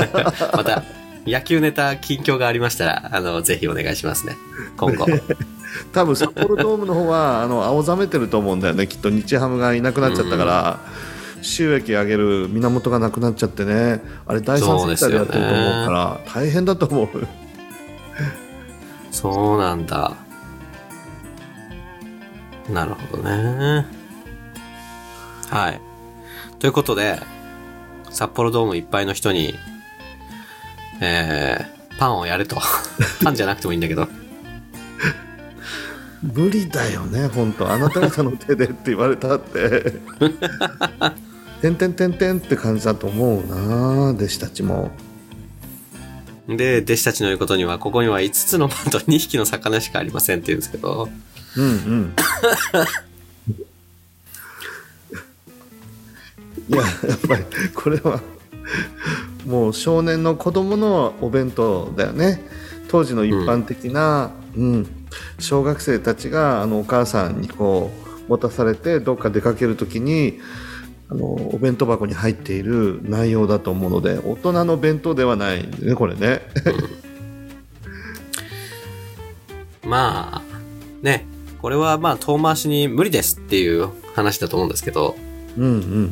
また野球ネタ近況がありましたら、あのぜひお願いしますね、今後。 多分札幌ドームの方はあの青ざめてると思うんだよね。きっと日ハムがいなくなっちゃったから、うん、収益上げる源がなくなっちゃってね、あれ第三セクターでやってると思うから大変だと思う。 そうなんだ。なるほどね。はい。ということで、札幌ドームいっぱいの人に、えー、パンをやれと。パンじゃなくてもいいんだけど。 無理だよね、本当。あなた方の手でって言われたって。てんてんてんてんって感じだと思うな、弟子たちも。 で、弟子たちの言うことには、ここにはいつつのパンとにひきの魚しかありませんって言うんですけど。 うんうん。いや、やっぱりこれはもう少年の子供のお弁当だよね。当時の一般的な、うんうん、小学生たちがあのお母さんにこう持たされてどっか出かけるときにあのお弁当箱に入っている内容だと思うので、大人の弁当ではないんでね、これね。 まあね、これはまあ遠回しに無理ですっていう話だと思うんですけど、 うんうん、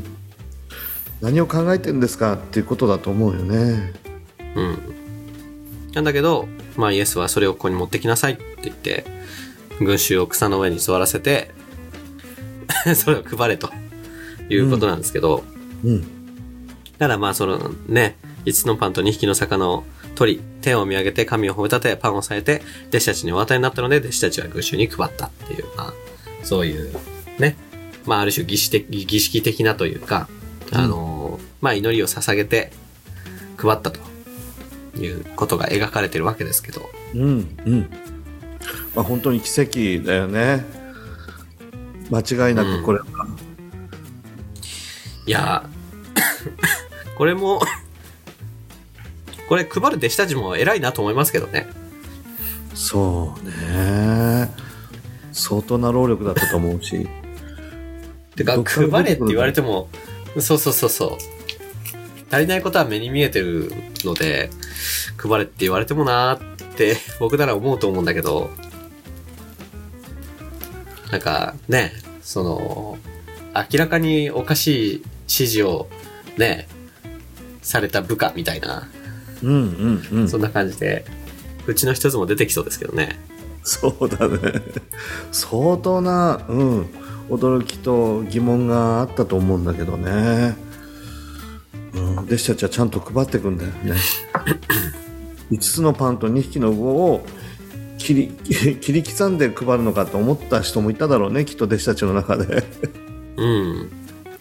何を考えてるんですかっていうことだと思うよね。 うん。なんだけど、まあイエスはそれをここに持ってきなさいって言って、群衆を草の上に座らせて、それを配れということなんですけど、 うんうん、 ただまあそのね、いつつのパンとにひきの魚を取り、天を見上げて神を褒め立て、パンを添えて、弟子たちにお与えになったので、弟子たちは群衆に配ったっていう、まあ、そういうね、まあある種儀式的、儀式的なというか、あの、うん、まあ祈りを捧げて配ったということが描かれてるわけですけど。 うんうん。まあ本当に奇跡だよね。間違いなくこれは。うん、 いや、これも、これ配る弟子たちも偉いなと思いますけどね。 そうね。相当な労力だったと思うし。 てか、配れって言われても、そうそうそうそう。足りないことは目に見えてるので、配れって言われてもなーって僕なら思うと思うんだけど、なんかね、その、明らかにおかしい指示をね、された部下みたいな、 うんうんうん、 そんな感じで、うちの一つも出てきそうですけどね。 そうだね。相当な、うん、驚きと疑問があったと思うんだけどね。うん、弟子たちはちゃんと配っていくんだよね。いつつのパンとにひきの魚を切り、切り刻んで配るのかと思った人もいただろうね、きっと弟子たちの中で。 うん。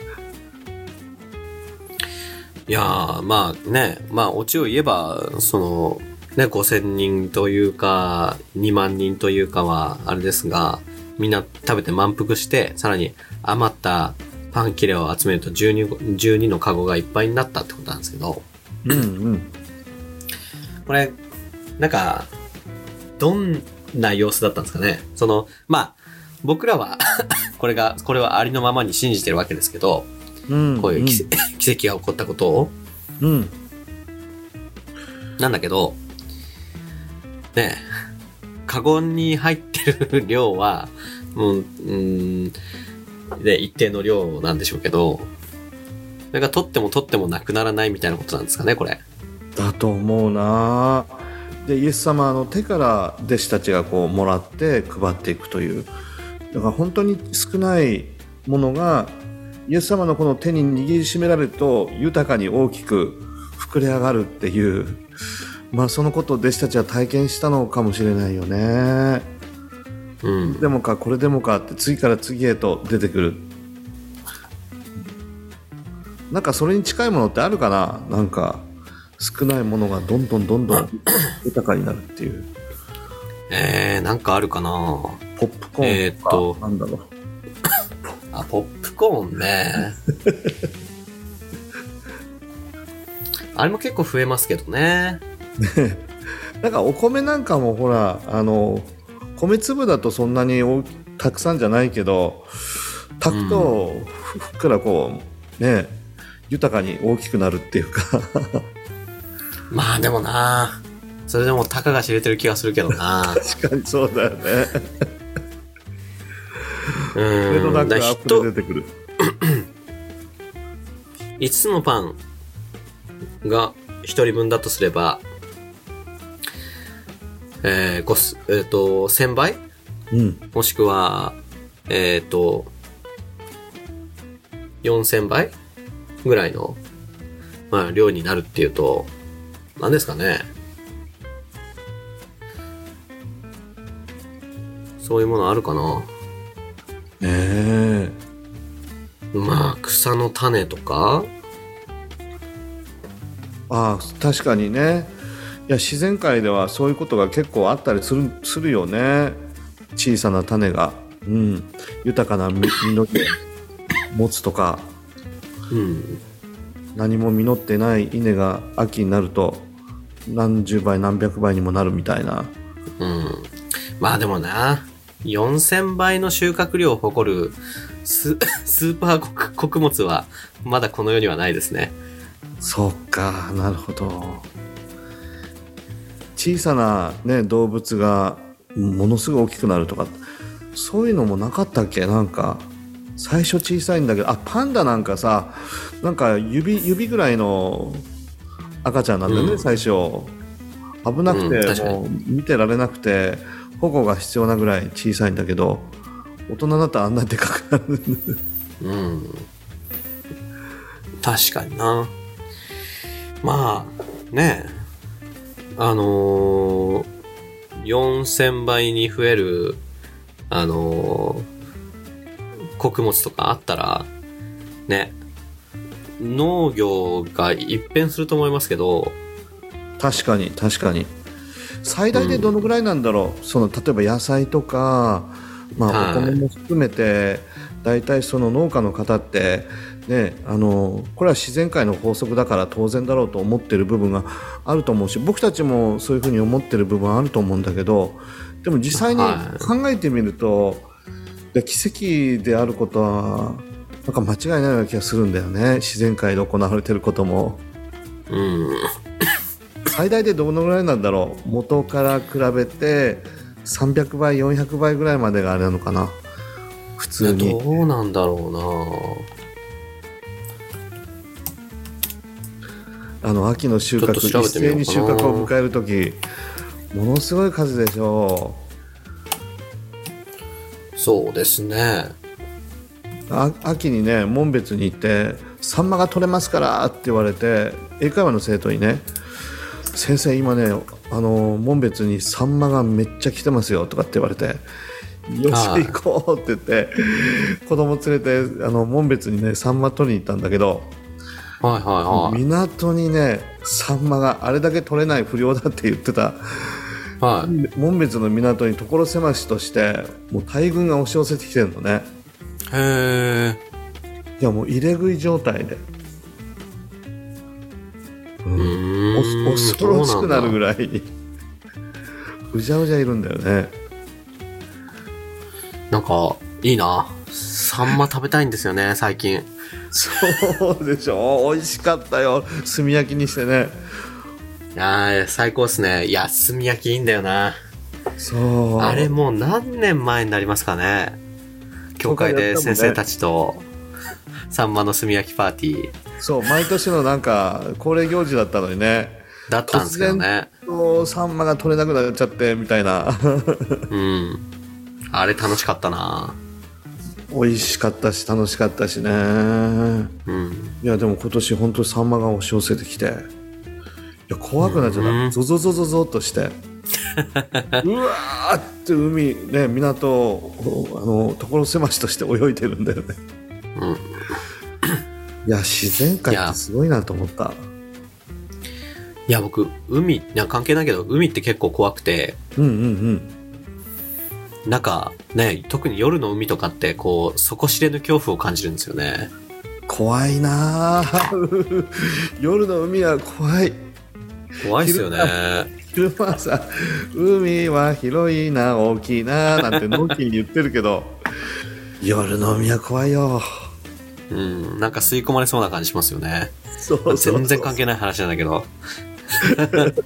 いやー、まあね、まあオチを言えば、その、ね、ごせんにんというか、にまんにんというかは、あれですが、みんな食べて満腹して、さらに余ったパン切れを集めるとじゅうに、じゅうにのカゴがいっぱいになったってことなんですけど。 うんうん。 これ、なんか、どんな様子だったんですかね。その、まあ、僕らは、これが、これはありのままに信じてるわけですけど、うん、こういう奇跡、うん、奇跡が起こったことを。 うん。 なんだけど、ね、カゴに入ってる量は、もう、うーん、で、一定の量なんでしょうけど、それが取っても取ってもなくならないみたいなことなんですかね、これ。 だと思うな。で、イエス様の手から弟子たちがこうもらって配っていくという。だから本当に少ないものが、イエス様のこの手に握りしめられると豊かに大きく膨れ上がるっていう、まあそのことを弟子たちは体験したのかもしれないよね。 うん。 でもかこれでもかって次から次へと出てくる。なんかそれに近いものってあるかな。なんか少ないものがどんどんどんどん豊かになるっていう。 えー、なんかあるかな。 ポップコーンとか、えー、っとなんだろう。 あ、ポップコーンね。あれも結構増えますけどね。 なんかお米なんかもほら、あの米粒だとそんなにたくさんじゃないけど、炊くとふっくらこうね、豊かに大きくなるっていうか。 まあでもな、 それでもたかが知れてる気がするけどな。 確かにそうだよね。 うーん。 それとなくだアップで出てくる。 いつつのパンがひとりぶんだとすれば、えー、ごす、えっ、ー、と、せんばいうん。 もしくは、えっ、ー、と、よんせんばいぐらいの、まあ、量になるっていうと、何ですかね。そういうものあるかな。 ねえ。 まあ、草の種とか。 ああ、確かにね。いや、自然界ではそういうことが結構あったりする、するよね。小さな種が、うん、豊かな実りを持つとか、 うん。 何も実ってない稲が秋になると何十倍何百倍にもなるみたいな。 うん。まあでもな、よんせんばいの収穫量を誇るス、スーパー穀、穀物はまだこの世にはないですね。 そうか、なるほど。小さな、ね、動物がものすごい大きくなるとか、そういうのもなかったっけ。なんか最初小さいんだけど、あ、パンダなんかさ、なんか指指ぐらいの赤ちゃんなんだよね、うん、最初危なくて、うん、もう見てられなくて保護が必要なぐらい小さいんだけど、大人だったらあんなでかくなる。 うん、確かにな。まあねえ、あのー、よんせんばいに増えるあのー、穀物とかあったらね、農業が一変すると思いますけど。 確かに確かに。最大でどのぐらいなんだろう、うん、その例えば野菜とか、まあ、お米も含めて大体その農家の方ってね、あのこれは自然界の法則だから当然だろうと思ってる部分があると思うし、僕たちもそういうふうに思ってる部分あると思うんだけど、でも実際に考えてみると、はい、奇跡であることはなんか間違いないような気がするんだよね。自然界で行われてることも、 うん、 最大でどのぐらいなんだろう。元から比べてさんびゃくばいよんひゃくばいぐらいまでがあれなのかな、普通に。 どうなんだろうな。あの秋の収穫、一斉に収穫を迎えるとき、ものすごい数でしょう。そうですね。 あ、秋にね、紋別に行ってサンマが取れますからって言われて、英会話の生徒にね、先生今ね、あの紋別にサンマがめっちゃ来てますよとかって言われて、よし行こうって言って子供連れてあの紋別にねサンマ取りに行ったんだけど、 はいはいはい、 港にねサンマがあれだけ取れない不良だって言ってた、はい、紋別の港に所狭しとしてもう大群が押し寄せてきてるのね。 へえ。 いやもう入れ食い状態で、うん、う恐ろしくなるぐらいにうじゃうじゃいるんだよね。 なんかいいな、サンマ食べたいんですよね最近。 そうでしょ、美味しかったよ、炭焼きにしてね。 いや最高ですね。いや炭焼きいいんだよな。 そうあれもう何年前になりますかね、教会で先生たちとサンマの炭焼きパーティー。 そう毎年のなんか恒例行事だったのにね。 だったんですけどね、 突然サンマが取れなくなっちゃってみたいなうん、あれ楽しかったな。 美味しかったし楽しかったしね、うん、いやでも今年本当にサンマが押し寄せてきて、いや怖くなっちゃった、うん、ゾゾゾゾゾっとしてうわーって海ね、港あの所狭しとして泳いでるんだよね、 うん、 いや自然界ってすごいなと思った。 いや僕海いや関係ないけど海って結構怖くて、 うんうんうん、 なんかね、特に夜の海とかってこう底知れぬ恐怖を感じるんですよね。 怖いな夜の海は怖い。 怖いですよね。 昼間さ、海は広いな大きいななんてのんきに言ってるけど夜の海は怖いよ。 うん、なんか吸い込まれそうな感じしますよね。 そうそうそう、 全然関係ない話なんだけど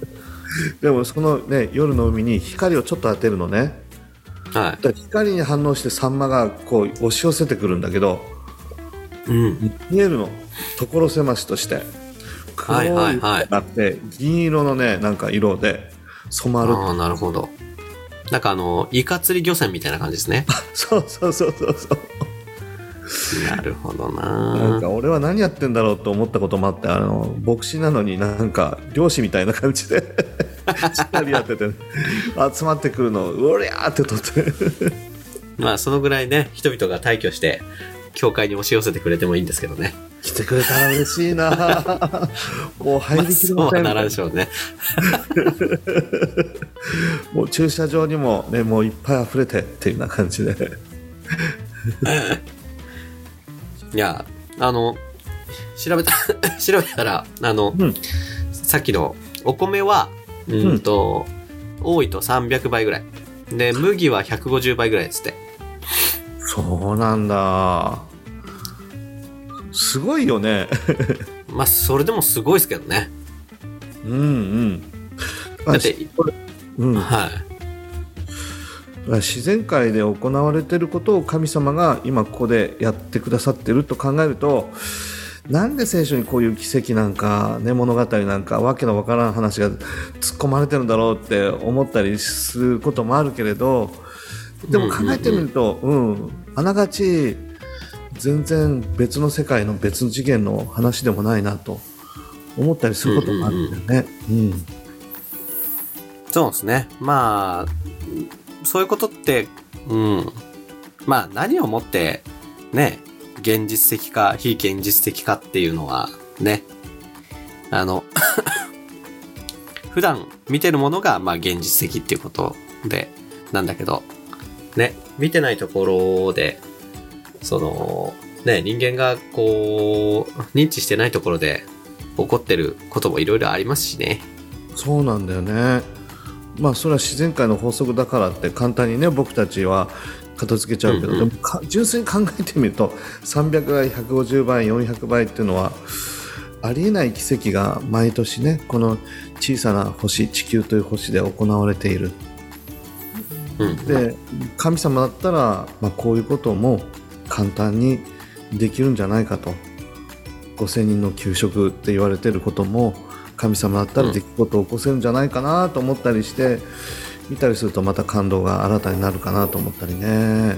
でもそのね夜の海に光をちょっと当てるのね。 はい。 だから光に反応してサンマがこう押し寄せてくるんだけど、 うん。 見えるの所狭しとして黒はいはいいはい。 あって銀色のねなんか色で染まる。 ああ、なるほど。なんかあの、イカ釣り漁船みたいな感じですね。 そうそうそうそうそう。 なるほどななんか俺は何やってんだろうと思ったこともあって、あの牧師なのになんか漁師みたいな感じで光やってて、ね、集まってくるのをうりゃーって取ってまあそのぐらいね、人々が大挙して教会に押し寄せてくれてもいいんですけどね。 来てくれたら嬉しいな。もう入りきりません、 まあ、そうはならんでしょうね。 もう駐車場にもねもういっぱい溢れてっていうような感じでいや、あの、調べた、調べたら、あの、 うん、 さっきのお米は、うんと、うん、多いとさんびゃくばいぐらい。で、麦はひゃくごじゅうばいぐらいですって。 そうなんだ。すごいよね。 まあ、それでもすごいですけどね。 うんうん。 だって、 うん、 はい。 自然界で行われていることを神様が今ここでやってくださっていると考えると、なんで聖書にこういう奇跡なんか、ね、物語なんかわけのわからん話が突っ込まれてるんだろうって思ったりすることもあるけれど、でも考えてみると、うんうんうん、あながち全然別の世界の別の次元の話でもないなと思ったりすることもあるんだよね。うんうんうん、 そうですね。まあそういうことって、うん。まあ何をもってね、現実的か非現実的かっていうのはね、あの、普段見てるものがまあ現実的っていうことで、なんだけど、ね、見てないところで、その、ね、人間がこう、認知してないところで起こってることもいろいろありますしね。 そうなんだよね。まあそれは自然界の法則だからって簡単にね僕たちは片付けちゃうけど、うんうん、でも純粋に考えてみるとさんびゃくばいひゃくごじゅうばいよんひゃくばいっていうのはありえない奇跡が毎年ねこの小さな星地球という星で行われている、うん、で神様だったら、まあ、こういうことも簡単にできるんじゃないかとごせんにんの給食って言われていることも神様だったら出来事を起こせるんじゃないかなと思ったりして、うん、見たりするとまた感動が新たになるかなと思ったりね、うん、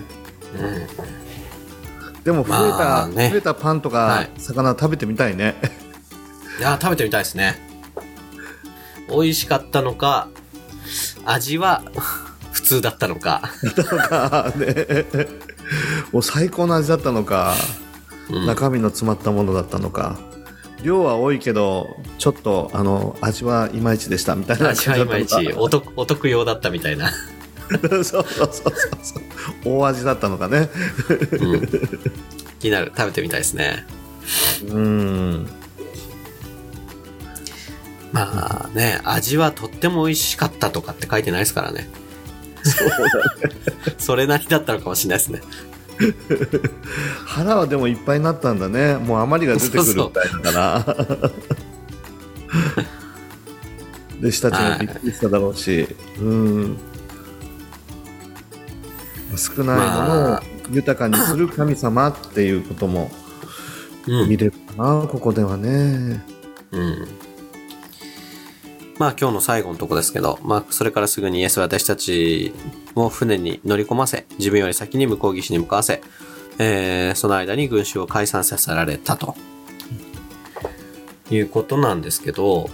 でも増えた、まあね、増えたパンとか魚食べてみたいね、 はい、いや食べてみたいですね。美味しかったのか味は普通だったのかね、もう最高の味だったのか、うん、中身の詰まったものだったのか量は多いけどちょっとあの味はいまいちでしたみたいな感じだったのか。 味はいまいちお得、お得用だったみたいなそうそうそうそうそう大味だったのかね、 うん、気になる。食べてみたいですね。 うんまあね味はとっても美味しかったとかって書いてないですからね。 そうだねそれなりだったのかもしれないですね。 腹はでもいっぱいになったんだね。もう余りが出てくるみたいだから弟子たちもびっくりしただろうし、うん、少ないものを豊かにする神様っていうことも見れるかな、うん、ここではね。 うんまあ今日の最後のとこですけど、まあそれからすぐにイエスは私たちを船に乗り込ませ、自分より先に向こう岸に向かわせ、えー、その間に群衆を解散させられたということなんですけど、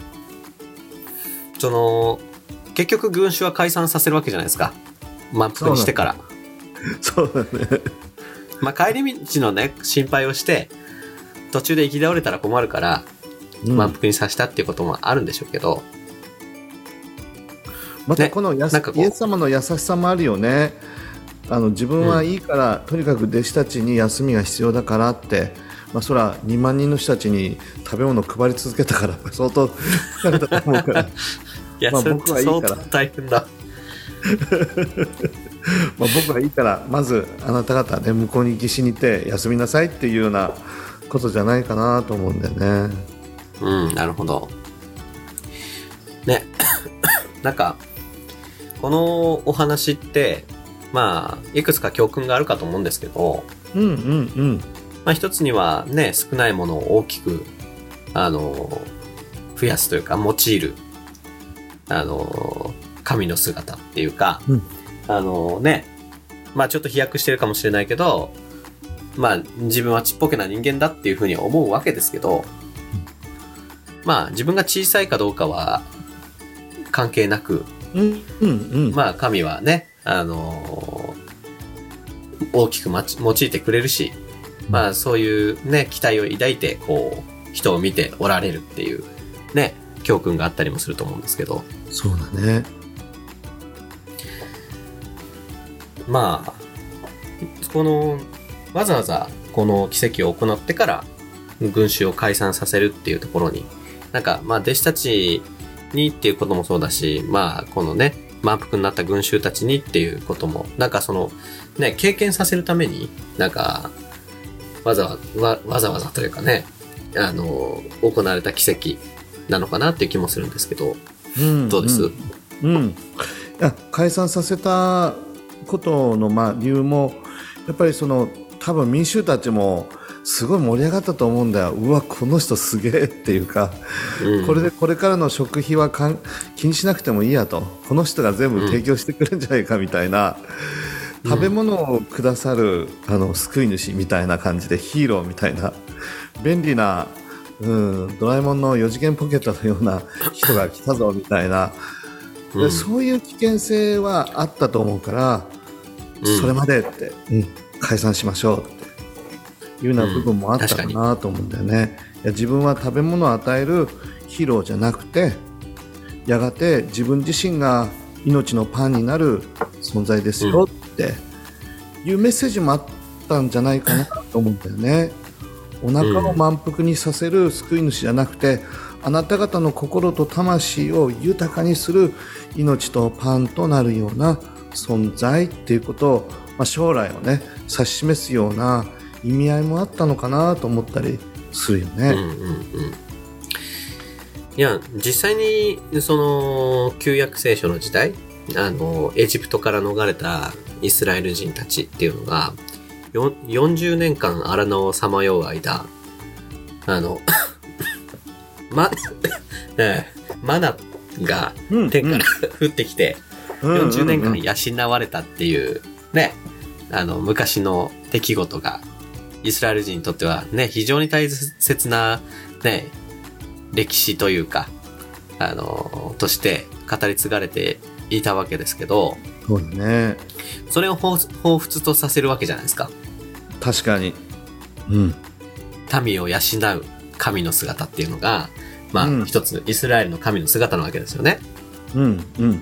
その結局群衆は解散させるわけじゃないですか。満腹にしてから。 そうだね。 まあ帰り道のね心配をして途中で行き倒れたら困るから。満腹にさせたっていうこともあるんでしょうけど、 またこのやす、ね、イエス様の優しさもあるよね。あの自分はいいから、うん、とにかく弟子たちに休みが必要だからって、まあ、そらにまんにんの人たちに食べ物を配り続けたから相当疲れたと思うからいや、まあ、僕はいいから大変だまあ僕はいいからまずあなた方ね向こうに岸に行って休みなさいっていうようなことじゃないかなと思うんだよね。 うん、なるほど。 ね、なんか、このお話って、まあ、いくつか教訓があるかと思うんですけど、 うんうんうん。 まあ一つにはね、少ないものを大きく、あの、増やすというか、用いる、あの、神の姿っていうか、 うん、 あのね、まあちょっと飛躍してるかもしれないけど、まあ自分はちっぽけな人間だっていうふうに思うわけですけど、まあ自分が小さいかどうかは関係なく、 うんうんうん。 まあ神はね、あの大きくまち用いてくれるし、まあそういうね、期待を抱いて、こう、人を見ておられるっていうね、教訓があったりもすると思うんですけど。 そうだね。 まあ、この、わざわざこの奇跡を行ってから群衆を解散させるっていうところに、なんかまあ弟子たちにっていうこともそうだし、まあこのね、満腹になった群衆たちにっていうことも、なんかその、ね、経験させるために、なんか、わざわざ、わざわざというかね、あの、行われた奇跡なのかなっていう気もするんですけど、 うん、 どうです？ うん。うん、いや解散させたことのまあ理由もやっぱりその多分民衆たちもすごい盛り上がったと思うんだよ。うわこの人すげえっていうか、うん、これでこれからの食費はかん気にしなくてもいいやと、この人が全部提供してくれるんじゃないかみたいな、うん、食べ物をくださるあの救い主みたいな感じでヒーローみたいな便利な、うん、ドラえもんのよ次元ポケットのような人が来たぞみたいな、うん、そういう危険性はあったと思うから、うん、それまでって、うん、解散しましょうっていうような部分もあったかなと思うんだよね。いや自分は食べ物を与えるヒーローじゃなくて、やがて自分自身が命のパンになる存在ですよっていうメッセージもあったんじゃないかなと思うんだよね。お腹を満腹にさせる救い主じゃなくて、あなた方の心と魂を豊かにする命とパンとなるような存在っていうことを、まあ、将来をね指し示すような意味合いもあったのかなと思ったりするよね。うんうんうん、 いや実際にその旧約聖書の時代、あのエジプトから逃れたイスラエル人たちっていうのがよんじゅうねんかん荒野をさまよう間、あのま、マナが天から、うん、降ってきて、よんじゅうねんかん養われたっていうね、あの昔の出来事がイスラエル人にとってはね、非常に大切なね、歴史というか、あの、として語り継がれていたわけですけど、 そうだね。 それを彷彿とさせるわけじゃないですか。 確かに。うん。 民を養う神の姿っていうのが、まあ、うん、一つイスラエルの神の姿なわけですよね。 うんうん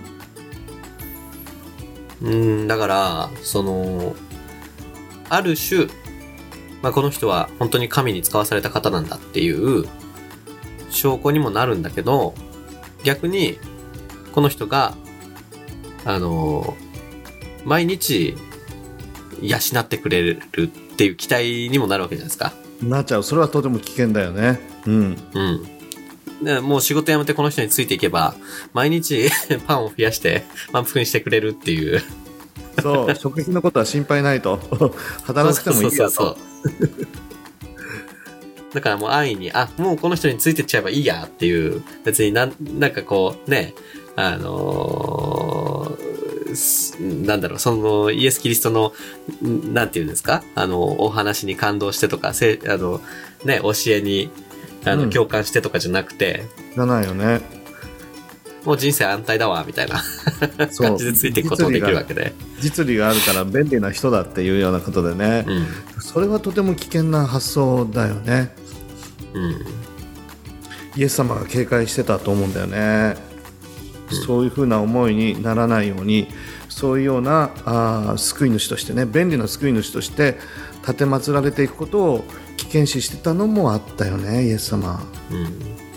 うんだからそのある種、まあ、この人は本当に神に使わされた方なんだっていう証拠にもなるんだけど、逆にこの人があの毎日養ってくれるっていう期待にもなるわけじゃないですか。 なっちゃう。それはとても危険だよね。うんうんでもう仕事辞めてこの人についていけば毎日パンを増やして満腹にしてくれるっていうそう食費のことは心配ないと働くてもいいやと。そうそうそうそうだからもう安易にあもうこの人についてっちゃえばいいやっていう、別になんなんかこうねあのー、なんだろうそのイエス・キリストのなんていうんですか、あのお話に感動してとかせあのね教えにあの、うん、共感してとかじゃなくてじゃないよね。 もう人生安泰だわみたいな感じでついていくこともできるわけで、 実利があるから便利な人だっていうようなことでね、うん、それはとても危険な発想だよね、うん、イエス様が警戒してたと思うんだよね、うん、そういうふうな思いにならないように、そういうようなあ救い主としてね、便利な救い主として奉られていくことを危険視してたのもあったよね、イエス様、うん、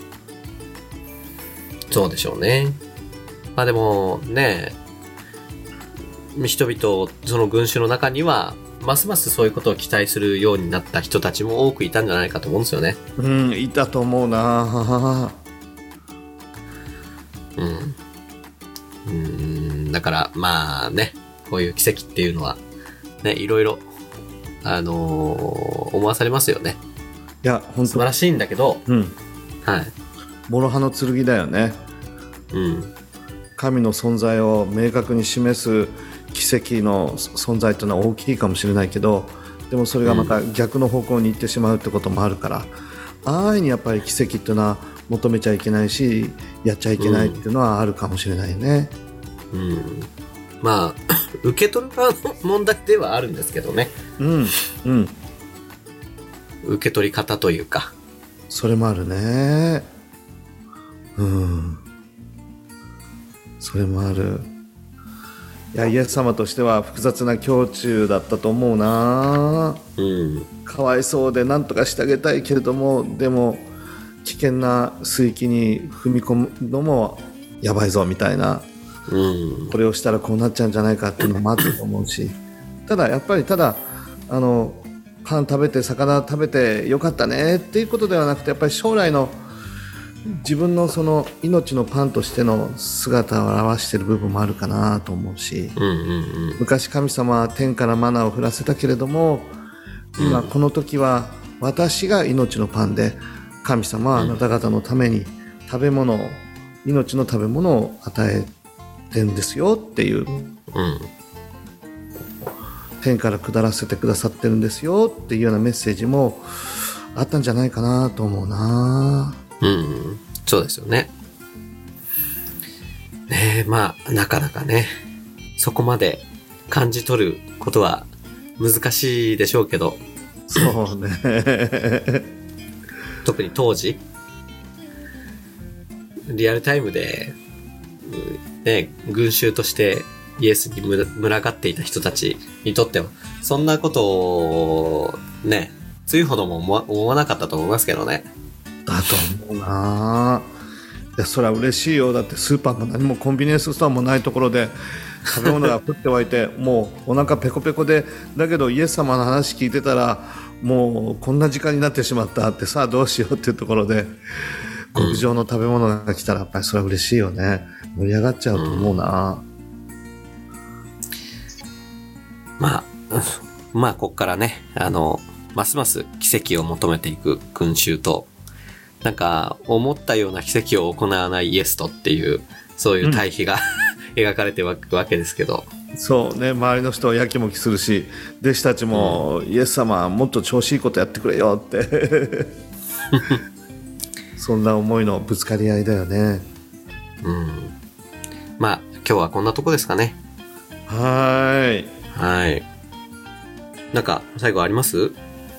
そうでしょうね。まあでもね、人々その群衆の中にはますますそういうことを期待するようになった人たちも多くいたんじゃないかと思うんですよね。 うん、いたと思うな。 うん。うん、だから、まあね、こういう奇跡っていうのは、ね、いろいろ、あのー、思わされますよね。 いや、本当素晴らしいんだけど、 うん。 はい。 諸刃の剣だよね。 うん。 神の存在を明確に示す奇跡の存在というのは大きいかもしれないけど、でもそれがまた逆の方向に行ってしまうってこともあるから、うん、安易にやっぱり奇跡っていうのは求めちゃいけないし、やっちゃいけないっていうのはあるかもしれないね。 うん。うん、まあ、受け取る側の問題ではあるんですけどね。 うん。うん。 受け取り方というか。 それもあるね。うん。それもある。いや、イエス様としては複雑な胸中だったと思うな。うん。かわいそうで何とかしてあげたいけれども、でも危険な水域に踏み込むのもやばいぞみたいな。うん。これをしたらこうなっちゃうんじゃないかっていうのもあったと思うし。ただやっぱりただあのパン食べて魚食べてよかったねっていうことではなくて、やっぱり将来の自分のその命のパンとしての姿を表している部分もあるかなと思うし、うんうんうん、昔神様は天からマナーを降らせたけれども、今この時は私が命のパンで、神様はあなた方のために食べ物を、命の食べ物を与えてんですよっていう、うん、天から下らせてくださってるんですよっていうようなメッセージもあったんじゃないかなと思うな。 うん、そうですよね。ねえ、まあ、なかなかね、そこまで感じ取ることは難しいでしょうけど。 そうね。 特に当時、リアルタイムで、ね、群衆としてイエスに群がっていた人たちにとっては、そんなことをね、ついほども思わなかったと思いますけどね。 だと思うな。いや、それは嬉しいよ。だってスーパーも何もコンビニエンスストアもないところで食べ物が降って湧いてもうお腹ペコペコで、だけどイエス様の話聞いてたらもうこんな時間になってしまったって、さあどうしようっていうところで極上の食べ物が来たらやっぱりそれは嬉しいよね。盛り上がっちゃうと思うな、 うん、まあまあこっからね、あのますます奇跡を求めていく群衆と、なんか思ったような奇跡を行わないイエスとっていう、そういう対比が、うん、描かれてるわけですけど、 そうね、周りの人はやきもきするし、弟子たちも、うん、イエス様もっと調子いいことやってくれよってそんな思いのぶつかり合いだよね。 うん。まあ今日はこんなとこですかね。 はーい。 はい。なんか最後あります？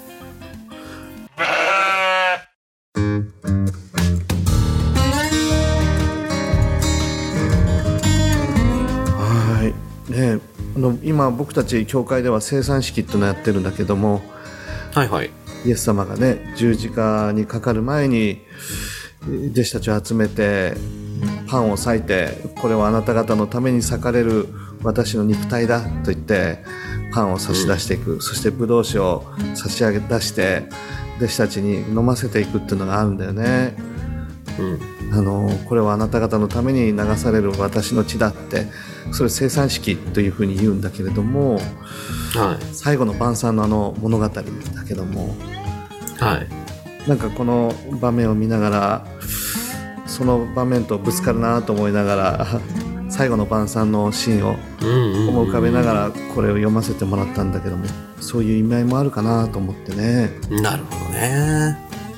ね、あの今僕たち教会では生産式っていうのをやってるんだけども、 はいはい、 イエス様がね十字架にかかる前に弟子たちを集めてパンを裂いて、これはあなた方のために裂かれる私の肉体だと言ってパンを差し出していく、うん、そしてブドウ酒を差し上げ出して弟子たちに飲ませていくっていうのがあるんだよね。うん、あのこれはあなた方のために流される私の血だって、それ生産式というふうに言うんだけれども、はい、最後の晩餐のあの物語だけども、はい、なんかこの場面を見ながらその場面とぶつかるなと思いながら最後の晩餐のシーンを思い浮かべながらこれを読ませてもらったんだけども、そういう意味合いもあるかなと思ってね。 なるほどね。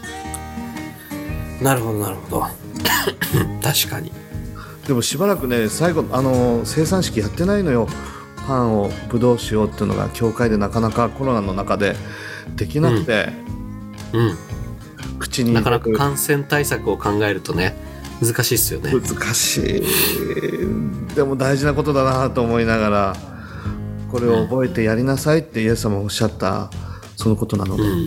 なるほどなるほど確かに。 でもしばらくね、最後あの生産式やってないのよ。パンをブドウ酒をっていうのが教会でなかなかコロナの中でできなくて、うんうん、口になかなか感染対策を考えるとね難しいですよね。 難しい。でも大事なことだなと思いながら、これを覚えてやりなさいってイエス様おっしゃったそのことなので、ね、うんうん、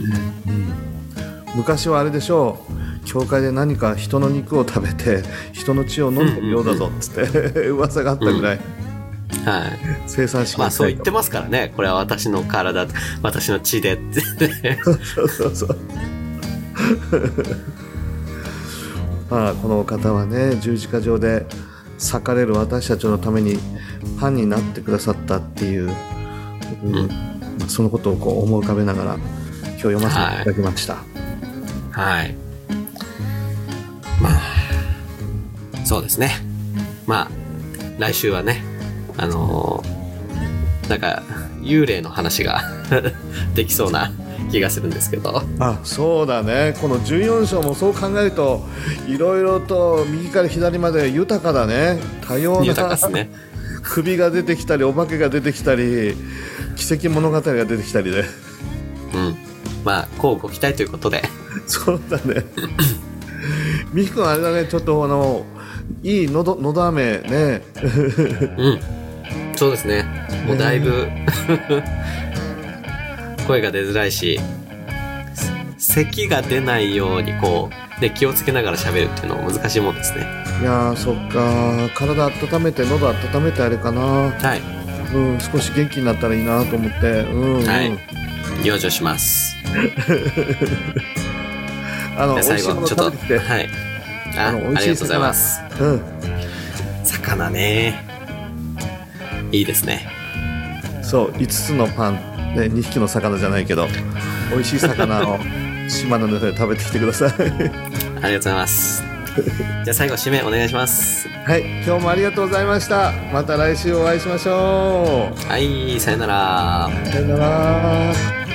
昔はあれでしょう、教会で何か人の肉を食べて人の血を飲んでるようだぞっつって、うんうんうん、噂があったぐらい、うん、はい、生産式、 まあそう言ってますからね。これは私の体、私の血でってそうそうそうまあ、この方はね十字架上で裂かれる私たちのためにパンになってくださったっていう、うんうん、そのことをこう思い浮かべながら今日読ませていただきました。 はい、はい、まあそうですね。まあ来週はねあのー、なんか幽霊の話ができそうな気がするんですけど。 あ、そうだね。このじゅうよん章もそう考えるといろいろと右から左まで豊かだね。多様な豊かですね。 首が出てきたりお化けが出てきたり奇跡物語が出てきたりで、 うん、まあこうご期待ということで。 そうだね。みひくんあれだね、ちょっとあのいいのどのど飴ね。 うん、そうですね。もうだいぶ声が出づらいし、咳が出ないようにこうで気をつけながら喋るっていうのも難しいもんですね。 いやー、そっか、体温めて喉温めてあれかな。 はい、 うん、少し元気になったらいいなと思って、うん、うん、 はい、養生します。 あの最後ちょっと、はい、あ、 あの美味しいありがとうございます。 うん、 魚ね、いいですね。 そう、いつつのパンね、にひきの魚じゃないけど美味しい魚を島の中で食べてきてください。ありがとうございます。じゃあ最後締めお願いします。 はい、今日もありがとうございました。また来週お会いしましょう。 はい、さよなら。 さよなら。